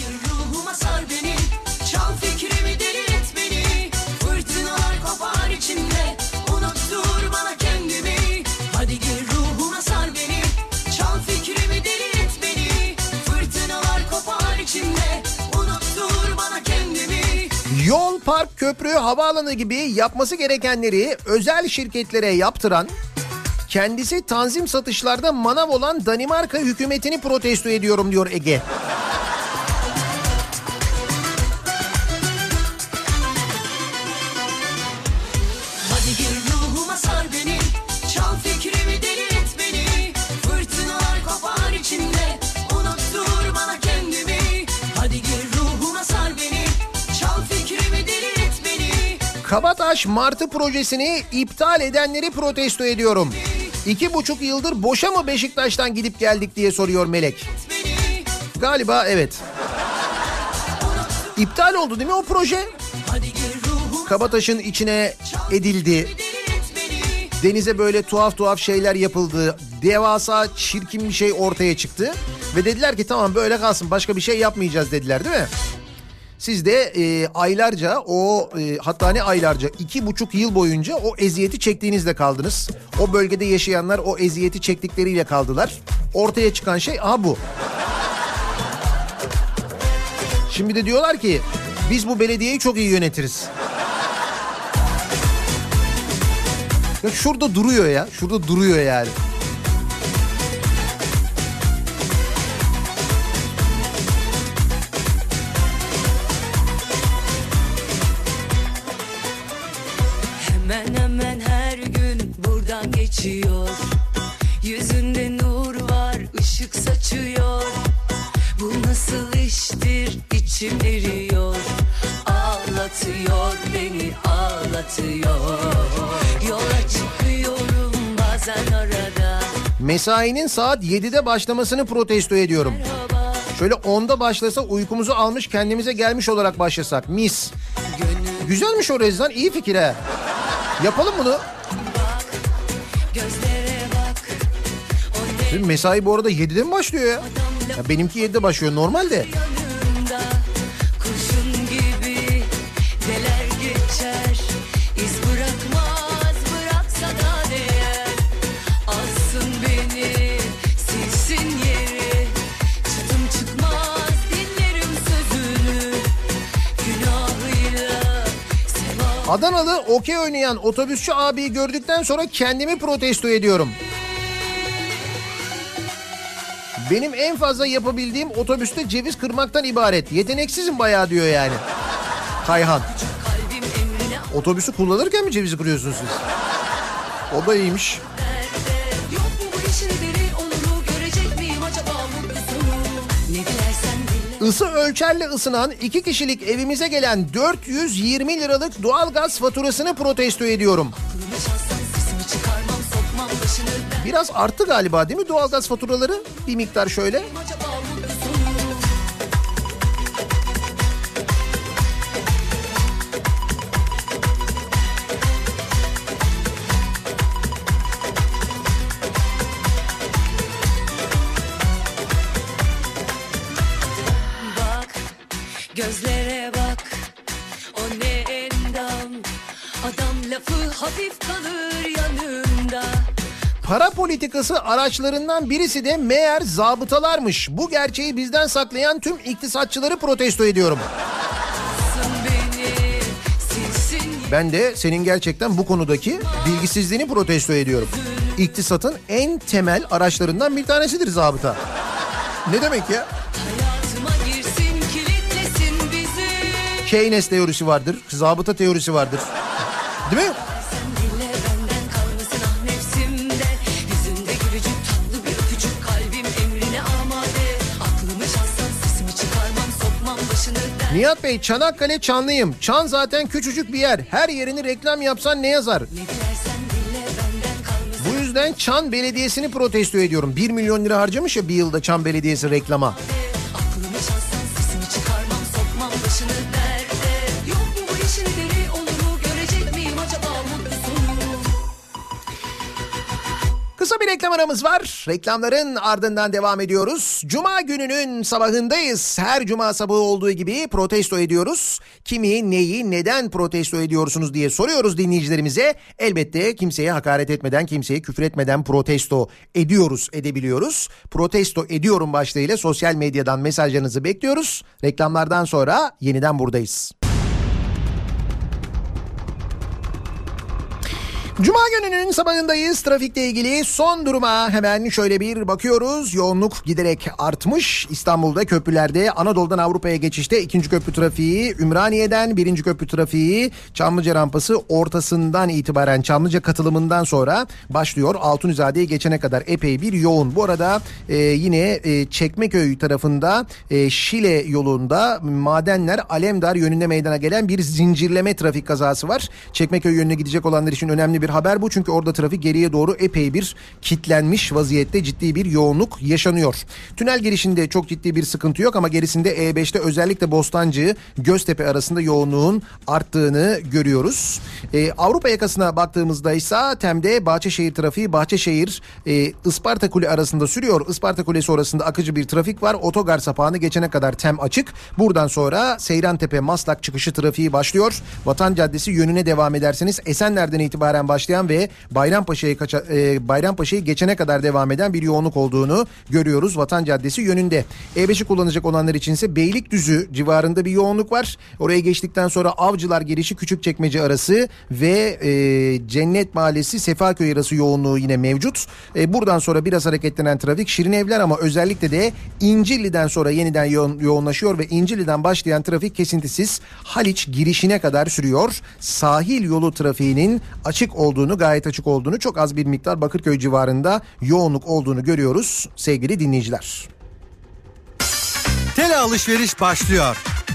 Yol, park, köprü, havaalanı gibi yapması gerekenleri özel şirketlere yaptıran, kendisi tanzim satışlarda manav olan Danimarka hükümetini protesto ediyorum diyor Ege. Hadi gir ruhuma sar beni, çal fikrimi deli et beni. Fırtınalar kopar içinde, unuttur bana kendimi. Hadi gir ruhuma sar beni, çal fikrimi deli et beni. Kabataş Martı projesini iptal edenleri protesto ediyorum. 2,5 yıldır boşa mı Beşiktaş'tan gidip geldik diye soruyor Melek. Galiba evet. İptal oldu değil mi o proje? Kabataş'ın içine edildi. Denize böyle tuhaf tuhaf şeyler yapıldı. Devasa çirkin bir şey ortaya çıktı. Ve dediler ki tamam böyle kalsın, başka bir şey yapmayacağız dediler, değil mi? Siz de aylarca hatta ne aylarca 2,5 yıl boyunca o eziyeti çektiğinizle kaldınız. O bölgede yaşayanlar o eziyeti çektikleriyle kaldılar. Ortaya çıkan şey bu. Şimdi de diyorlar ki biz bu belediyeyi çok iyi yönetiriz. Ya şurada duruyor ya. Şurada duruyor yani. Hemen hemen her gün buradan geçiyor. Yüzünde nur var, ışık saçıyor. Bu nasıl iştir, içim eriyor. Ağlatıyor beni, ağlatıyor. Yola çıkıyorum bazen arada. Mesainin saat 7'de başlamasını protesto ediyorum. Şöyle 10'da başlasa uykumuzu almış kendimize gelmiş olarak başlasak mis. Güzelmiş o Rezan, iyi fikir he. Yapalım bunu. Şimdi mesai bu arada 7'de mi başlıyor ya? Ya benimki 7'de başlıyor normalde. Kurşun gibi neler geçer, iz bırakmaz, bıraksa da değer. Alsın beni, silsin yeri, çıtım çıkmaz, dinlerim sözünü. Günahıyla sevap. Adanalı okey oynayan otobüsçü abiyi gördükten sonra kendimi protesto ediyorum. Benim en fazla yapabildiğim otobüste ceviz kırmaktan ibaret. Yeteneksizim bayağı diyor yani. Kayhan. Otobüsü kullanırken mi cevizi kırıyorsunuz siz? O da iyiymiş. Yok mu bu işin deri oluru, görecek miyim acaba mutlu sonu? Ne dilersen dile. Isı ölçerle ısınan 2 kişilik evimize gelen 420 liralık doğalgaz faturasını protesto ediyorum. Biraz arttı galiba değil mi doğalgaz faturaları? Bir miktar şöyle. Bak, gözlere bak, o ne endam. Adam lafı hafif kalır yanında. Para politikası araçlarından birisi de meğer zabıtalarmış. Bu gerçeği bizden saklayan tüm iktisatçıları protesto ediyorum. Ben de senin gerçekten bu konudaki bilgisizliğini protesto ediyorum. İktisatın en temel araçlarından bir tanesidir zabıta. Ne demek ya? Girsin, kilitlesin bizi. Keynes teorisi vardır, zabıta teorisi vardır. Değil mi? Nihat Bey, Çanakkale Çanlıyım. Çan zaten küçücük bir yer. Her yerini reklam yapsan ne yazar? Bu yüzden Çan Belediyesi'ni protesto ediyorum. 1 milyon lira harcamış ya bir yılda Çan Belediyesi reklama. Kısa bir reklam aramız var. Reklamların ardından devam ediyoruz. Cuma gününün sabahındayız. Her cuma sabahı olduğu gibi protesto ediyoruz. Kimi, neyi, neden protesto ediyorsunuz diye soruyoruz dinleyicilerimize. Elbette kimseye hakaret etmeden, kimseye küfür etmeden protesto ediyoruz, edebiliyoruz. Protesto ediyorum başlığıyla sosyal medyadan mesajlarınızı bekliyoruz. Reklamlardan sonra yeniden buradayız. Cuma gününün sabahındayız. Trafikle ilgili son duruma hemen şöyle bir bakıyoruz. Yoğunluk giderek artmış. İstanbul'da köprülerde Anadolu'dan Avrupa'ya geçişte 2. köprü trafiği, Ümraniye'den 1. köprü trafiği, Çamlıca rampası ortasından itibaren Çamlıca katılımından sonra başlıyor. Altunizade'ye geçene kadar epey bir yoğun. Bu arada yine Çekmeköy tarafında Şile yolunda Madenler Alemdar yönünde meydana gelen bir zincirleme trafik kazası var. Çekmeköy yönüne gidecek olanlar için önemli bir haber bu, çünkü orada trafik geriye doğru epey bir kilitlenmiş vaziyette, ciddi bir yoğunluk yaşanıyor. Tünel girişinde çok ciddi bir sıkıntı yok ama gerisinde E5'te özellikle Bostancı Göztepe arasında yoğunluğun arttığını görüyoruz. Avrupa yakasına baktığımızda ise TEM'de Bahçeşehir trafiği Bahçeşehir Isparta Kule arasında sürüyor. Isparta Kule sonrasında akıcı bir trafik var. Otogar sapağını geçene kadar TEM açık. Buradan sonra Seyrantepe Maslak çıkışı trafiği başlıyor. Vatan Caddesi yönüne devam ederseniz Esenler'den itibaren başlayan ve Bayrampaşa'yı geçene kadar devam eden bir yoğunluk olduğunu görüyoruz Vatan Caddesi yönünde. E5'i kullanacak olanlar içinse Beylikdüzü civarında bir yoğunluk var. Oraya geçtikten sonra Avcılar girişi Küçükçekmece arası ve Cennet Mahallesi Sefaköy arası yoğunluğu yine mevcut. Buradan sonra biraz hareketlenen trafik Şirinevler ama özellikle de İncirli'den sonra yeniden yoğunlaşıyor ve İncirli'den başlayan trafik kesintisiz Haliç girişine kadar sürüyor. Sahil yolu trafiğinin gayet açık olduğunu, çok az bir miktar Bakırköy civarında yoğunluk olduğunu görüyoruz sevgili dinleyiciler. Tele alışveriş başlıyor.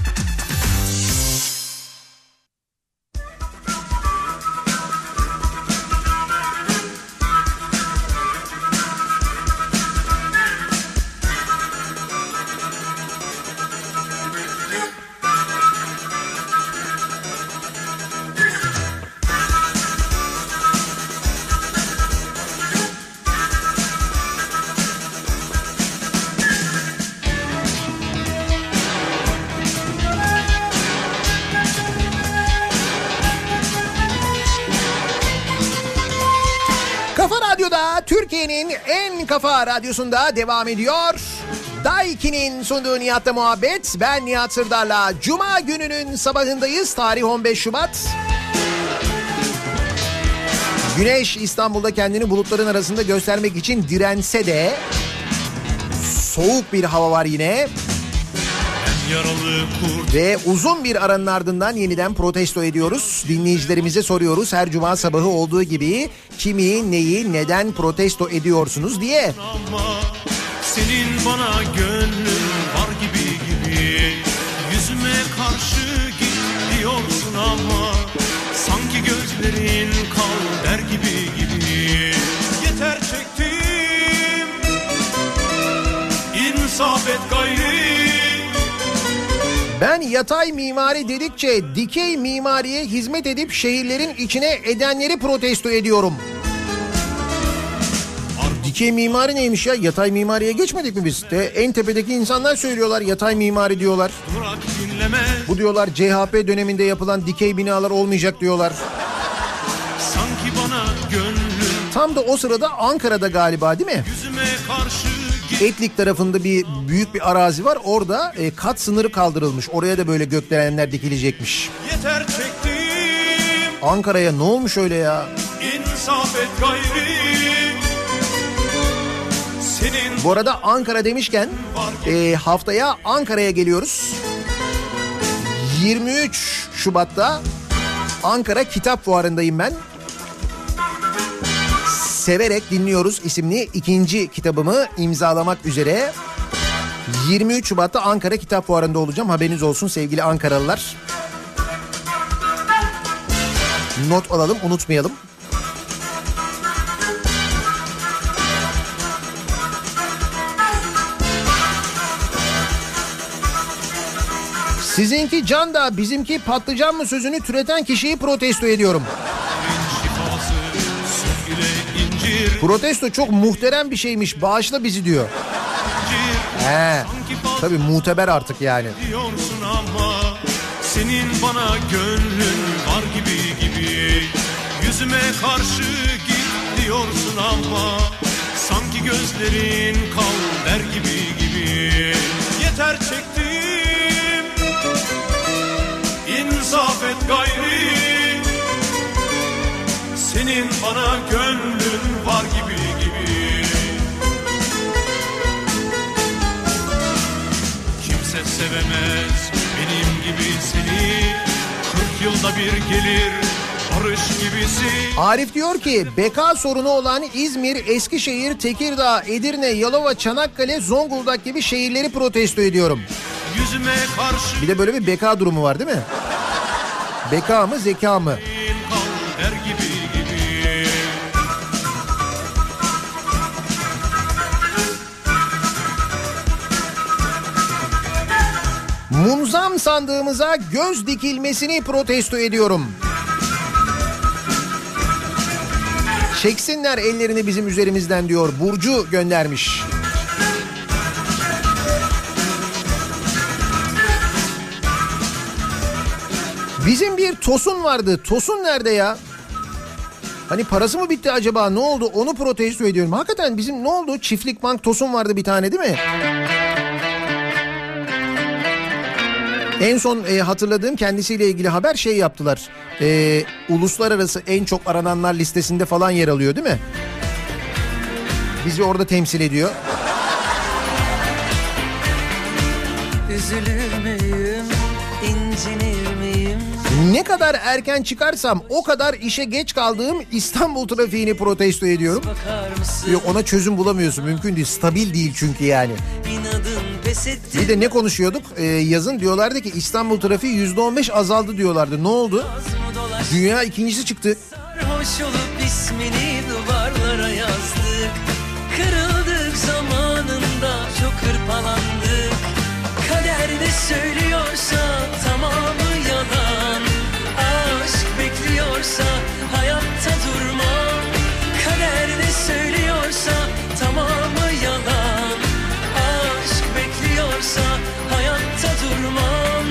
Türkiye'nin en kafa radyosunda devam ediyor. Daiki'nin sunduğu Nihat'la muhabbet. Ben Nihat Sırdar'la Cuma gününün sabahındayız. Tarih 15 Şubat. Güneş İstanbul'da kendini bulutların arasında göstermek için dirense de soğuk bir hava var yine. Ve uzun bir aranın ardından yeniden protesto ediyoruz. Dinleyicilerimize soruyoruz her cuma sabahı olduğu gibi kimi, neyi, neden protesto ediyorsunuz diye. Ama senin bana gönlün var gibi yüzüme karşı git diyorsun ama sanki gözlerin kal der gibi yeter çektim insaf et gayri. Ben yatay mimari dedikçe dikey mimariye hizmet edip şehirlerin içine edenleri protesto ediyorum. Dikey mimari neymiş ya? Yatay mimariye geçmedik mi biz? En tepedeki insanlar söylüyorlar, yatay mimari diyorlar. Bu diyorlar CHP döneminde yapılan dikey binalar olmayacak diyorlar. Sanki bana gönlün. Tam da o sırada Ankara'da galiba değil mi? Etlik tarafında büyük bir arazi var. Orada kat sınırı kaldırılmış. Oraya da böyle gökdelenler dikilecekmiş. Yeter çektim. Ankara'ya ne olmuş öyle ya? İnsaf et gayri. Senin... Bu arada Ankara demişken haftaya Ankara'ya geliyoruz. 23 Şubat'ta Ankara Kitap Fuarı'ndayım ben. Severek Dinliyoruz isimli 2. kitabımı imzalamak üzere 23 Şubat'ta Ankara Kitap Fuarı'nda olacağım. Haberiniz olsun sevgili Ankaralılar. Not alalım, unutmayalım. Sizinki can da bizimki patlıcan mı sözünü türeten kişiyi protesto ediyorum. Protesto çok muhterem bir şeymiş. Bağışla bizi diyor. Tabii muteber artık yani. Diyorsun ama senin bana gönlün var gibi yüzüme karşı git diyorsun ama sanki gözlerin kal der gibi yeter çektim insaf et gayri senin bana gönlün var gibi gibi. Kimse sevemez benim gibi seni, 40 yılda bir gelir barış gibisi. Arif diyor ki beka sorunu olan İzmir, Eskişehir, Tekirdağ, Edirne, Yalova, Çanakkale, Zonguldak gibi şehirleri protesto ediyorum. Yüzüme karşı Bir de böyle bir beka durumu var değil mi? Beka mı zeka mı? der gibi gibi. Munzam sandığımıza göz dikilmesini protesto ediyorum. Çeksinler ellerini bizim üzerimizden diyor. Burcu göndermiş. Bizim bir Tosun vardı. Tosun nerede ya? Hani parası mı bitti acaba? Ne oldu? Onu protesto ediyorum. Hakikaten bizim ne oldu? Çiftlik Bank Tosun vardı bir tane değil mi? En son hatırladığım kendisiyle ilgili haber şey yaptılar. Uluslararası en çok arananlar listesinde falan yer alıyor değil mi? Bizi orada temsil ediyor. Üzülür müyüm, incinir miyim? Ne kadar erken çıkarsam o kadar işe geç kaldığım İstanbul trafiğini protesto ediyorum. Yok, ona çözüm bulamıyorsun, mümkün değil, stabil değil çünkü yani. Bir de ne konuşuyorduk yazın, diyorlardı ki İstanbul trafiği %15 azaldı diyorlardı. Ne oldu? Dünya ikincisi çıktı. Sarhoş olup ismini duvarlara yazdık. Kırıldık zamanında, çok hırpalandık. Kader ne söylüyorsa tamamı yalan. Aşk bekliyorsa hayatta durmam. Kader ne söylüyorsa tamamı yalan. Aşk bekliyorsa hayatta durmam.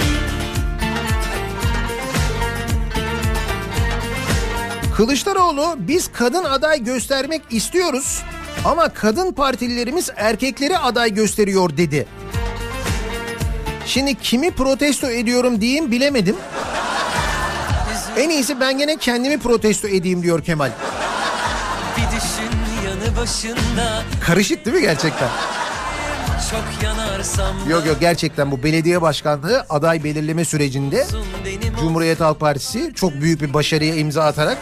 Kılıçdaroğlu biz kadın aday göstermek istiyoruz ama kadın partililerimiz erkekleri aday gösteriyor dedi. Şimdi kimi protesto ediyorum diyeyim bilemedim. En iyisi ben gene kendimi protesto edeyim diyor Kemal. Bir düşün yanı başında. Karışık değil mi gerçekten? Çok yanarsam. Yok gerçekten bu belediye başkanlığı aday belirleme sürecinde Cumhuriyet Halk Partisi çok büyük bir başarıya imza atarak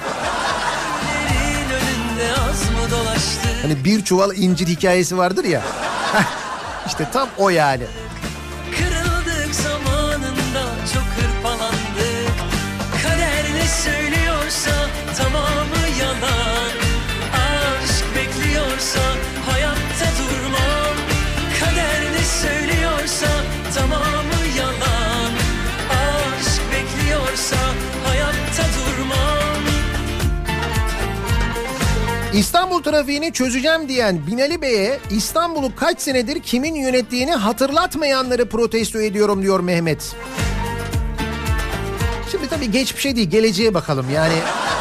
hani bir çuval incir hikayesi vardır ya. İşte tam o yani. Kırıldık zamanında, çok hırpalandık. Kader ne söylüyorsa tamamı yalan. Aşk bekliyorsa hayatta durmam. Kader ne söylüyorsa tamamı yalan. Aşk bekliyorsa hayatta durmam. İstanbul trafiğini çözeceğim diyen Binali Bey'e İstanbul'u kaç senedir kimin yönettiğini hatırlatmayanları protesto ediyorum diyor Mehmet. Şimdi tabii geçmişe değil, geleceğe bakalım yani.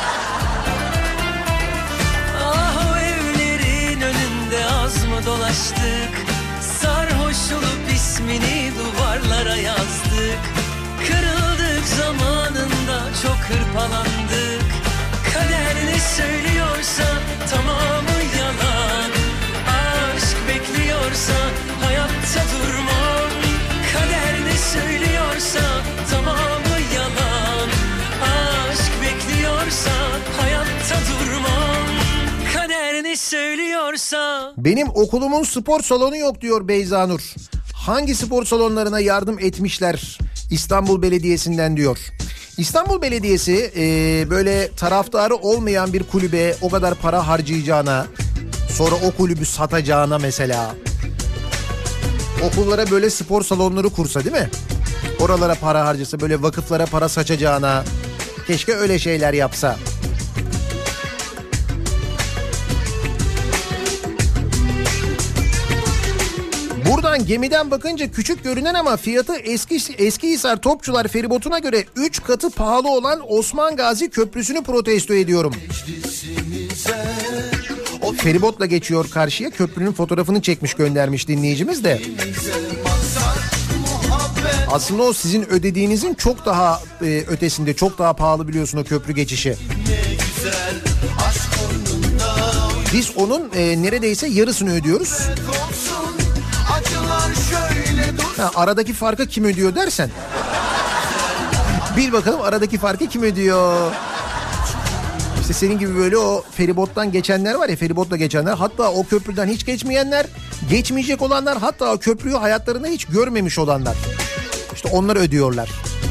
Ah o evlerin önünde az mı dolaştık? Sarhoş olup ismini duvarlara yazdık. Kırıldık zamanında, çok hırpalandık. Kader ne söylüyorsa tamamı yalan. Aşk bekliyorsa hayatta durmam. Kader ne söylüyorsa tamamı yalan. Aşk bekliyorsa hayatta durmam. Kader ne söylüyorsa. Benim okulumun spor salonu yok diyor Beyza Nur. Hangi spor salonlarına yardım etmişler İstanbul Belediyesi'nden diyor. İstanbul Belediyesi böyle taraftarı olmayan bir kulübe o kadar para harcayacağına, sonra o kulübü satacağına mesela, okullara böyle spor salonları kursa değil mi? Oralara para harcasa, böyle vakıflara para saçacağına, keşke öyle şeyler yapsa. Buradan gemiden bakınca küçük görünen ama fiyatı Eskihisar Topçular feribotuna göre 3 katı pahalı olan Osman Gazi Köprüsü'nü protesto ediyorum. O feribotla geçiyor karşıya, köprünün fotoğrafını çekmiş, göndermiş dinleyicimiz de. Aslında o sizin ödediğinizin çok daha ötesinde, çok daha pahalı biliyorsun o köprü geçişi. Ne güzel aşk Biz onun neredeyse yarısını ödüyoruz. Aradaki farkı kim ödüyor dersen. Bil bakalım aradaki farkı kim ödüyor? İşte senin gibi böyle o feribottan geçenler var ya, feribotla geçenler, hatta o köprüden hiç geçmeyenler, geçmeyecek olanlar, hatta o köprüyü hayatlarında hiç görmemiş olanlar. İşte onlar ödüyorlar.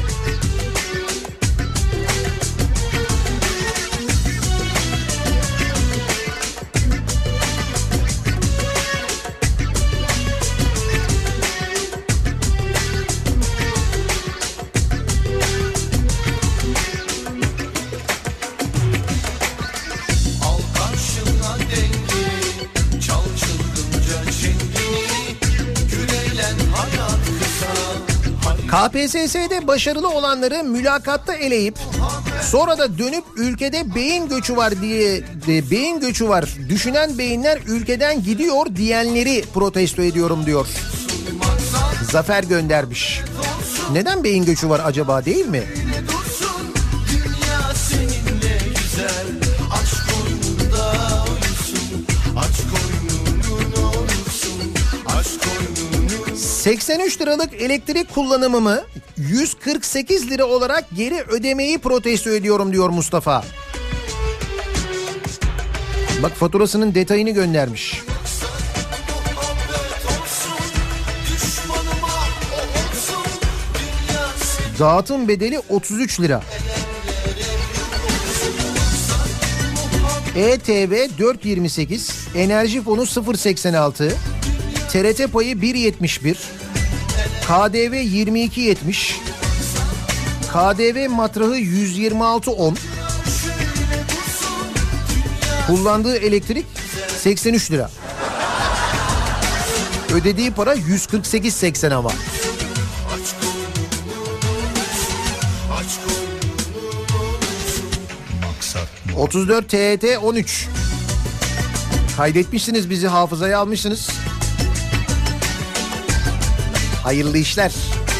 KPSS'de başarılı olanları mülakatta eleyip sonra da dönüp ülkede beyin göçü var diye beyin göçü var düşünen beyinler ülkeden gidiyor diyenleri protesto ediyorum diyor. Zafer göndermiş. Neden beyin göçü var acaba, değil mi? Dünya seninle güzel. Aç koynunda uyusun. Aç koynunun olursun. Aç koynunun. 83 liralık elektrik kullanımımı 148 lira olarak geri ödemeyi protesto ediyorum diyor Mustafa. Bak faturasının detayını göndermiş. Dağıtım bedeli 33 lira. ETV 4.28, enerji fonu 0.86, TRT payı 1.71, KDV 22.70, KDV matrahı 126.10, kullandığı elektrik 83 lira. Ödediği para 148.80 ama. 34 TET 13. Kaydetmişsiniz, bizi hafızaya almışsınız. Hayırlı işler.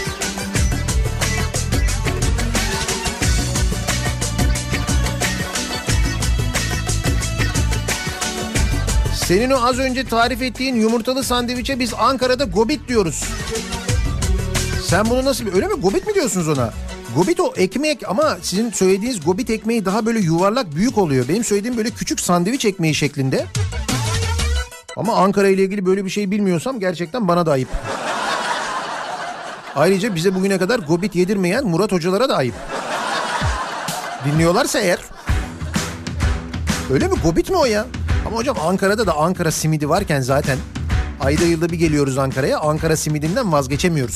Senin o az önce tarif ettiğin yumurtalı sandviçe biz Ankara'da gobit diyoruz. Sen bunu nasıl, öyle mi, gobit mi diyorsunuz ona? Gobit o ekmek, ama sizin söylediğiniz gobit ekmeği daha böyle yuvarlak, büyük oluyor. Benim söylediğim böyle küçük sandviç ekmeği şeklinde. Ama Ankara ile ilgili böyle bir şey bilmiyorsam gerçekten bana da ayıp. Ayrıca bize bugüne kadar gobit yedirmeyen Murat hocalara da ayıp. Dinliyorlarsa eğer. Öyle mi, gobit mi o ya? Ama hocam Ankara'da da Ankara simidi varken zaten ayda yılda bir geliyoruz Ankara'ya. Ankara simidinden vazgeçemiyoruz.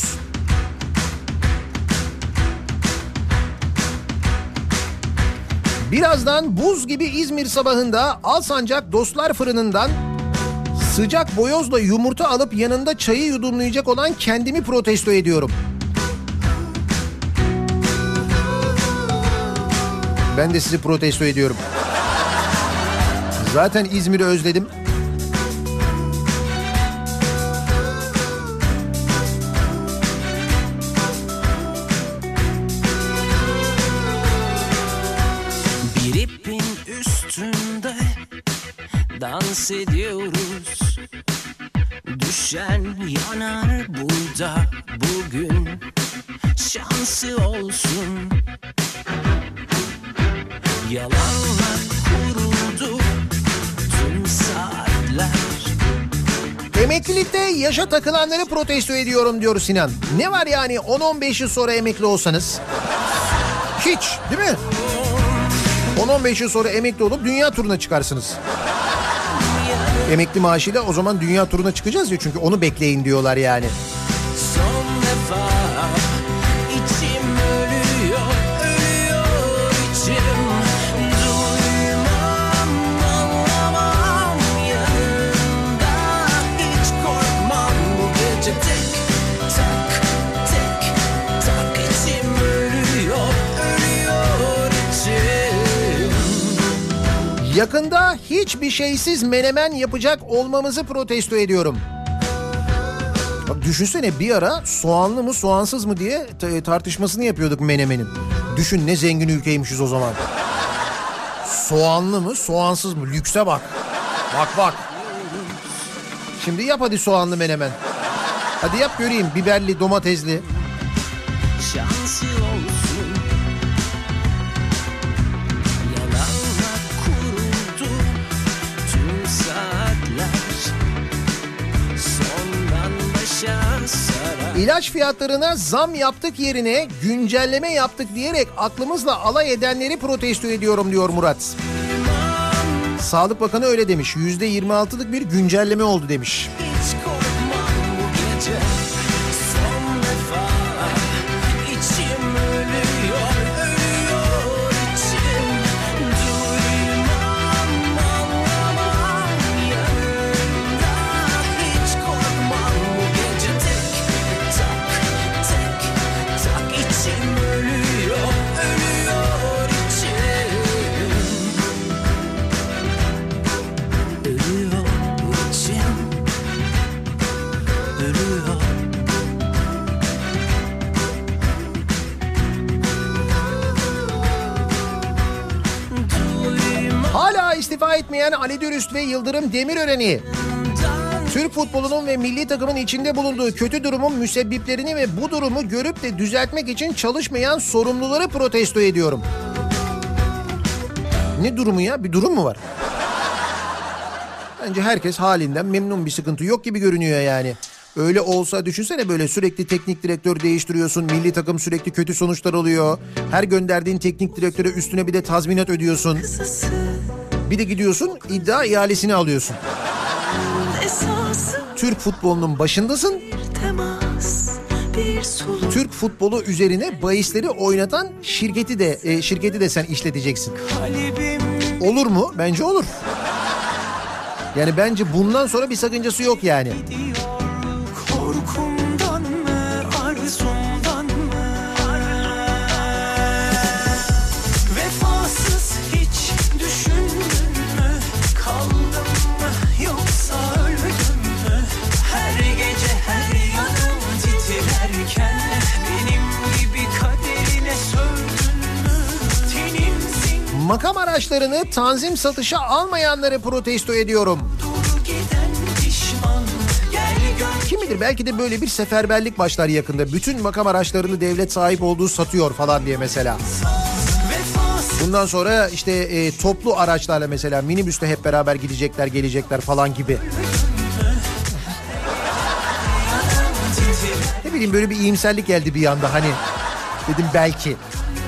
Birazdan buz gibi İzmir sabahında Alsancak Dostlar Fırını'ndan sıcak boyozla yumurta alıp yanında çayı yudumlayacak olan kendimi protesto ediyorum. Ben de sizi protesto ediyorum. Zaten İzmir'i özledim. Dans ediyoruz. Düşen yanar burada bugün. Şansı olsun. Yalanla kuruldu tüm saatler. Emeklilikte yaşa takılanları protesto ediyorum diyor Sinan. Ne var yani 10-15 yıl sonra emekli olsanız? Hiç, değil mi? 10-15 yıl sonra emekli olup dünya turuna çıkarsınız. Emekli maaşıyla o zaman dünya turuna çıkacağız ya, çünkü onu bekleyin diyorlar yani. Son defa içim ölüyor, ölüyor içim. Duymam, anlamam, yanında hiç korkmam. Bu gece tek tak, tek tak içim ölüyor, ölüyor içim. Yakında hiçbir şeysiz menemen yapacak olmamızı protesto ediyorum. Bak düşünsene, bir ara soğanlı mı soğansız mı diye tartışmasını yapıyorduk menemenin. Düşün ne zengin ülkeymişiz o zaman. Soğanlı mı soğansız mı, lükse bak. Bak bak. Şimdi yap hadi soğanlı menemen. Hadi yap göreyim, biberli, domatesli. Şansı olsun. Yalanla kuruldu tüm saatler. Sondan başa sarar. İlaç fiyatlarına zam yaptık yerine güncelleme yaptık diyerek aklımızla alay edenleri protesto ediyorum diyor Murat. Sağlık Bakanı öyle demiş. %26'lık bir güncelleme oldu demiş. Hiç korkmam bu gece. Son defa içim ölüyor, ölüyor içim. Duymam, anlamam yanında. Hiç korkmam bu gece. Tek tak içim ölüyor, ölüyor içim. Ölüyor içim. Ölüyor. Hala istifa etmeyen Ali Dürüst ve Yıldırım Demirören'i, Türk futbolunun ve milli takımın içinde bulunduğu kötü durumun müsebbiplerini ve bu durumu görüp de düzeltmek için çalışmayan sorumluları protesto ediyorum. Ne durumu ya? Bir durum mu var? Bence herkes halinden memnun, bir sıkıntı yok gibi görünüyor yani. Öyle olsa düşünsene, böyle sürekli teknik direktör değiştiriyorsun. Milli takım sürekli kötü sonuçlar alıyor. Her gönderdiğin teknik direktöre üstüne bir de tazminat ödüyorsun. Bir de gidiyorsun iddia ihalesini alıyorsun. Türk futbolunun başındasın. Türk futbolu üzerine bahisleri oynatan şirketi de sen işleteceksin. Olur mu? Bence olur. Yani bence bundan sonra bir sakıncası yok yani. Korkumdan mı, arzumdan mı? Vefasız hiç düşündün mü? Kaldım mı yoksa öldüm mü? Her gece her yanım titrerken benim gibi kaderine sövdün mü? Tenimsin. Makam araçlarını tanzim satışa almayanları protesto ediyorum. Kim bilir, belki de böyle bir seferberlik başlar yakında. Bütün makam araçlarını devlet sahip olduğu satıyor falan diye mesela. Bundan sonra işte toplu araçlarla mesela minibüste hep beraber gidecekler, gelecekler falan gibi. Ne bileyim, böyle bir iyimserlik geldi bir anda, hani dedim belki.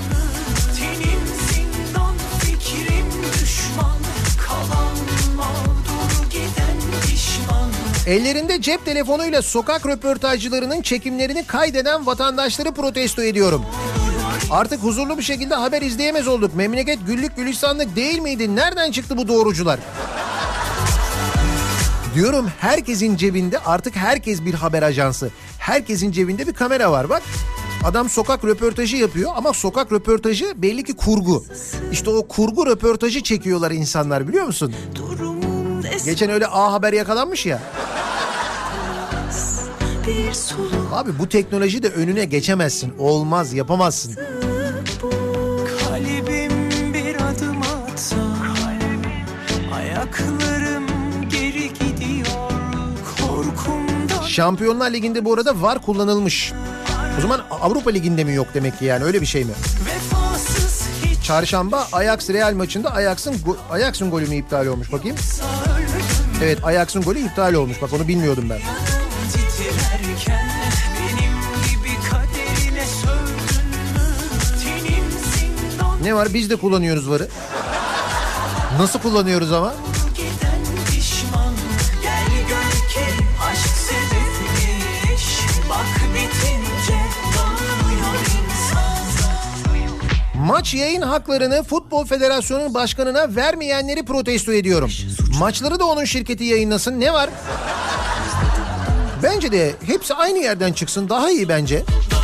Ellerinde cep telefonuyla sokak röportajcılarının çekimlerini kaydeden vatandaşları protesto ediyorum. Artık huzurlu bir şekilde haber izleyemez olduk. Memleket güllük gülistanlık değil miydi? Nereden çıktı bu doğrucular? Diyorum, herkesin cebinde artık, herkes bir haber ajansı. Herkesin cebinde bir kamera var bak. Adam sokak röportajı yapıyor ama sokak röportajı belli ki kurgu. İşte o kurgu röportajı çekiyorlar insanlar, biliyor musun? Geçen öyle A Haber yakalanmış ya. Abi bu teknoloji de önüne geçemezsin. Olmaz, yapamazsın. Kalbim bir adım atsa, ayaklarım geri gidiyor korkumdan. Şampiyonlar Ligi'nde bu arada VAR kullanılmış. O zaman Avrupa Ligi'nde mi yok demek ki, yani öyle bir şey mi? Çarşamba Ajax Real maçında Ajax'ın golü mü iptal olmuş, bakayım. Evet, Ajax'ın golü iptal olmuş, bak onu bilmiyordum ben. Ne var, biz de kullanıyoruz VAR'ı. Nasıl kullanıyoruz ama? Maç yayın haklarını Futbol Federasyonu'nun başkanına vermeyenleri protesto ediyorum. Maçları da onun şirketi yayınlasın, ne var? Bence de hepsi aynı yerden çıksın, daha iyi bence.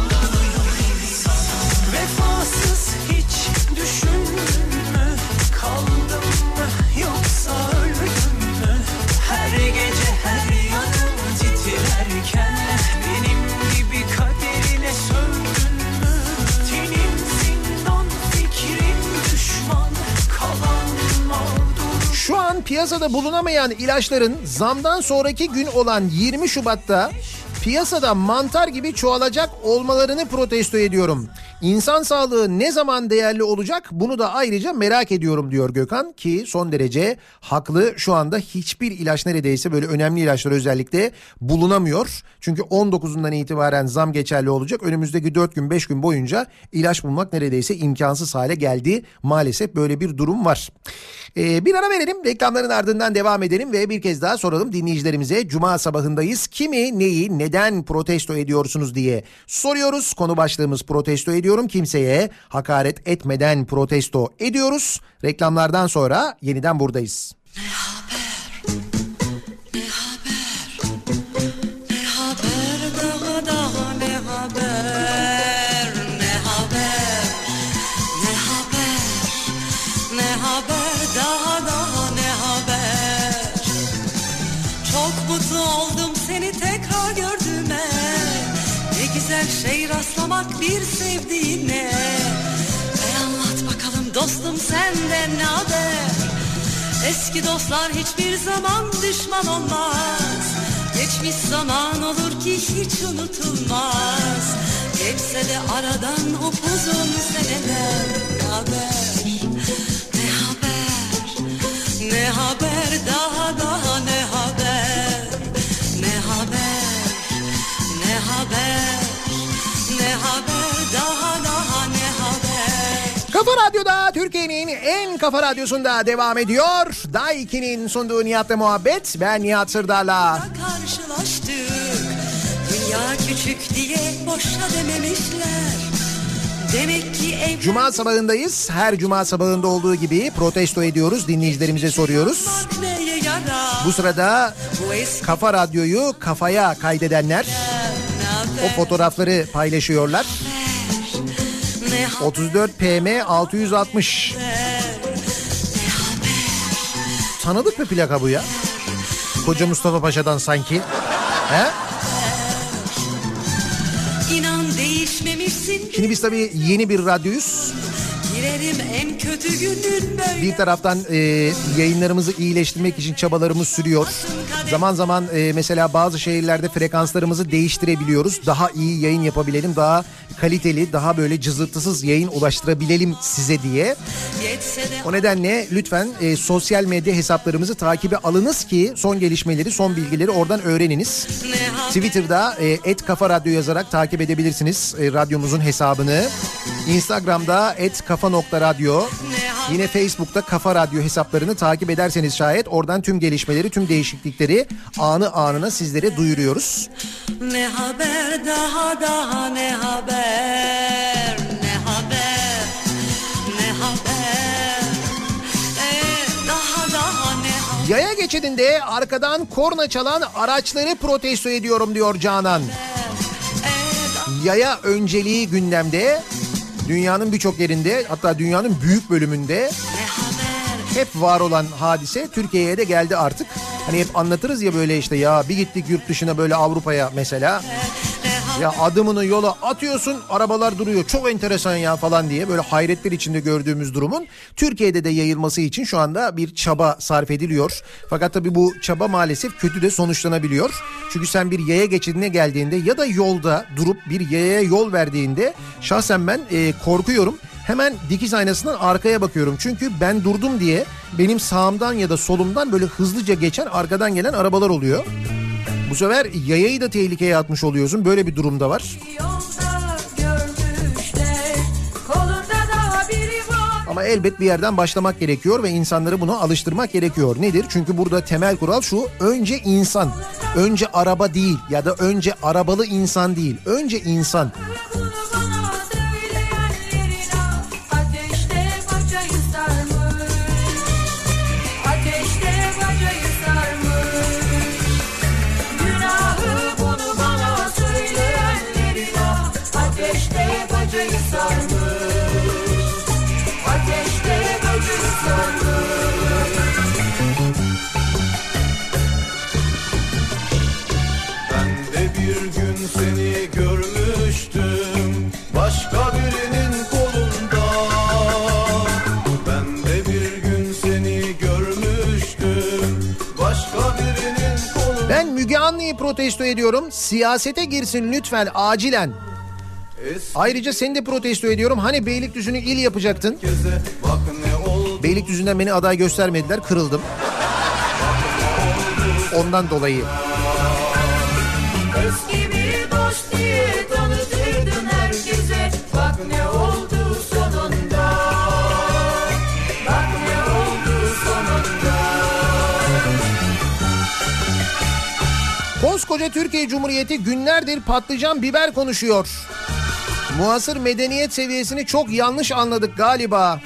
Vefasız hiç düşündün mü? Kaldım mı yoksa öldüm mü? Her gece her yanım titrerken benim gibi kaderine sövdün mü? Tenim zindan, fikrim düşman, kalan mağdur. Şu an piyasa piyasada bulunamayan ilaçların zamdan sonraki gün olan 20 Şubat'ta piyasada mantar gibi çoğalacak olmalarını protesto ediyorum. İnsan sağlığı ne zaman değerli olacak bunu da ayrıca merak ediyorum diyor Gökhan, ki son derece haklı. Şu anda hiçbir ilaç, neredeyse böyle önemli ilaçlar özellikle bulunamıyor. Çünkü 19'undan itibaren zam geçerli olacak. Önümüzdeki 4 gün 5 gün boyunca ilaç bulmak neredeyse imkansız hale geldi. Maalesef böyle bir durum var. Bir ara verelim, reklamların ardından devam edelim ve bir kez daha soralım dinleyicilerimize. Cuma sabahındayız. Kimi, neyi, neden protesto ediyorsunuz diye soruyoruz. Konu başlığımız protesto ediyorum. Kimseye hakaret etmeden protesto ediyoruz. Reklamlardan sonra yeniden buradayız. Şey rastlamak bir sevdiğine. Anlat bakalım dostum senden ne haber? Eski dostlar hiçbir zaman düşman olmaz. Geçmiş zaman olur ki hiç unutulmaz. Geçse de aradan upuzun seneler. Ne haber? Ne haber? Ne haber? Daha ne haber? Ne haber? Ne haber? Ne haber, daha ne haber? Kafa Radyo'da, Türkiye'nin en kafa radyosunda devam ediyor. Daiki'nin sunduğu Nihat'la muhabbet. Ben Nihat Sırdar'la. Karşılaştık. Dünya küçük diye boşa dememişler. Demek ki ev... Cuma sabahındayız. Her cuma sabahında olduğu gibi protesto ediyoruz. Dinleyicilerimize soruyoruz. Bu sırada Kafa Radyo'yu kafaya kaydedenler o fotoğrafları paylaşıyorlar. 34 PM 660. Tanıdık bir plaka bu ya. Koca Mustafa Paşa'dan sanki. He? İnan değişmemişsin. Şimdi biz tabii yeni bir radyoyuz. Girerim en kötü günün böyle. Bir taraftan yayınlarımızı iyileştirmek için çabalarımız sürüyor. Zaman zaman mesela bazı şehirlerde frekanslarımızı değiştirebiliyoruz. Daha iyi yayın yapabilelim, daha kaliteli, daha böyle cızırtısız yayın ulaştırabilelim size diye. O nedenle lütfen sosyal medya hesaplarımızı takibe alınız ki son gelişmeleri, son bilgileri oradan öğreniniz. Twitter'da @kafaradyo yazarak takip edebilirsiniz radyomuzun hesabını. Instagram'da @kafa.radyo. Yine Facebook'ta Kafa Radyo hesaplarını takip ederseniz şayet oradan tüm gelişmeleri, tüm değişiklikleri anı anına sizlere duyuruyoruz. Ne haber, daha ne haber? Ne haber? Ne haber? Daha ne haber? Yaya geçidinde arkadan korna çalan araçları protesto ediyorum diyor Canan. Yaya önceliği gündemde. Dünyanın birçok yerinde, hatta dünyanın büyük bölümünde hep var olan hadise Türkiye'ye de geldi artık. Hani hep anlatırız ya böyle işte, ya bir gittik yurt dışına, böyle Avrupa'ya mesela. Ya adımını yola atıyorsun, arabalar duruyor, çok enteresan ya falan diye böyle hayretler içinde gördüğümüz durumun Türkiye'de de yayılması için şu anda bir çaba sarf ediliyor. Fakat tabii bu çaba maalesef kötü de sonuçlanabiliyor. Çünkü sen bir yaya geçidine geldiğinde ya da yolda durup bir yayaya yol verdiğinde şahsen ben korkuyorum. Hemen dikiz aynasından arkaya bakıyorum. Çünkü ben durdum diye benim sağımdan ya da solumdan böyle hızlıca geçen, arkadan gelen arabalar oluyor. Bu sefer yayayı da tehlikeye atmış oluyorsun. Böyle bir durumda var. Ama elbet bir yerden başlamak gerekiyor ve insanları buna alıştırmak gerekiyor. Nedir? Çünkü burada temel kural şu: önce insan. Önce araba değil ya da önce arabalı insan değil. Önce insan. Seni görmüştüm başka birinin kolunda. Ben de bir gün seni görmüştüm protesto ediyorum. Siyasete girsin lütfen acilen. Ayrıca seni de protesto ediyorum. Hani Beylikdüzü'nü il yapacaktın. Beylikdüzü'nden beni aday göstermediler. Kırıldım. Ondan dolayı. Eski bir dost diye tanıtırdın herkese. Bak ne oldu sonunda. Bak ne oldu sonunda. Koskoca Türkiye Cumhuriyeti günlerdir patlıcan biber konuşuyor. Muasır medeniyet seviyesini çok yanlış anladık galiba.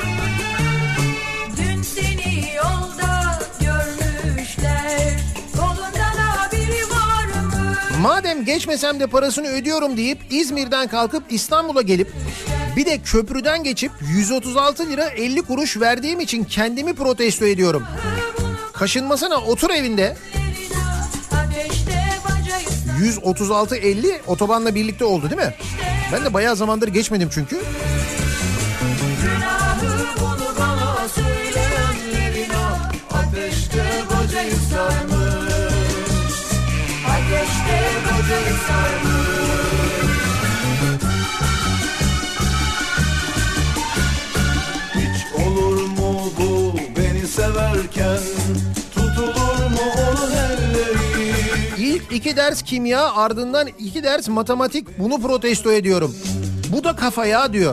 Dün seni yolda görmüşler. Kolunda da biri var mı? Madem geçmesem de parasını ödüyorum deyip İzmir'den kalkıp İstanbul'a gelip bir de köprüden geçip 136 lira 50 kuruş verdiğim için kendimi protesto ediyorum. Kaşınmasana, otur evinde. 136.50 otobanla birlikte oldu değil mi? Ben de bayağı zamandır geçmedim çünkü. Günahı bunu bana söyleyenlerin o. Ateşte kocayı sarmış. Ateşte kocayı sarmış. Hiç olur mu bu beni severken? Tutulur mu onun elleri? İlk 2 ders kimya, ardından 2 ders matematik, bunu protesto ediyorum. Bu da kafa ya diyor.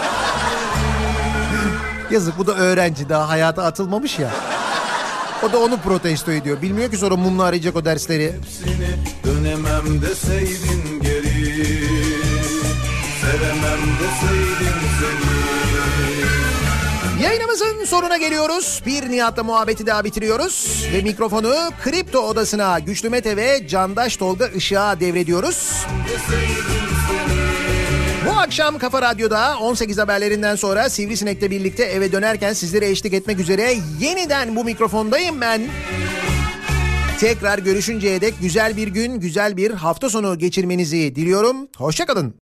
Yazık, bu da öğrenci, daha hayata atılmamış ya. O da onu protesto ediyor. Bilmiyor ki sonra mumla arayacak o dersleri. Dönemem deseydin geri, sevemem deseydin seni. Yayınımızın sonuna geliyoruz. Bir Nihat'la muhabbeti daha bitiriyoruz. Ve mikrofonu Kripto Odası'na Güçlü Mete ve Candaş Tolga Işık'a devrediyoruz. Bu akşam Kafa Radyo'da 18 haberlerinden sonra Sivrisinek'le birlikte eve dönerken sizlere eşlik etmek üzere yeniden bu mikrofondayım ben. Tekrar görüşünceye dek güzel bir gün, güzel bir hafta sonu geçirmenizi diliyorum. Hoşça kalın.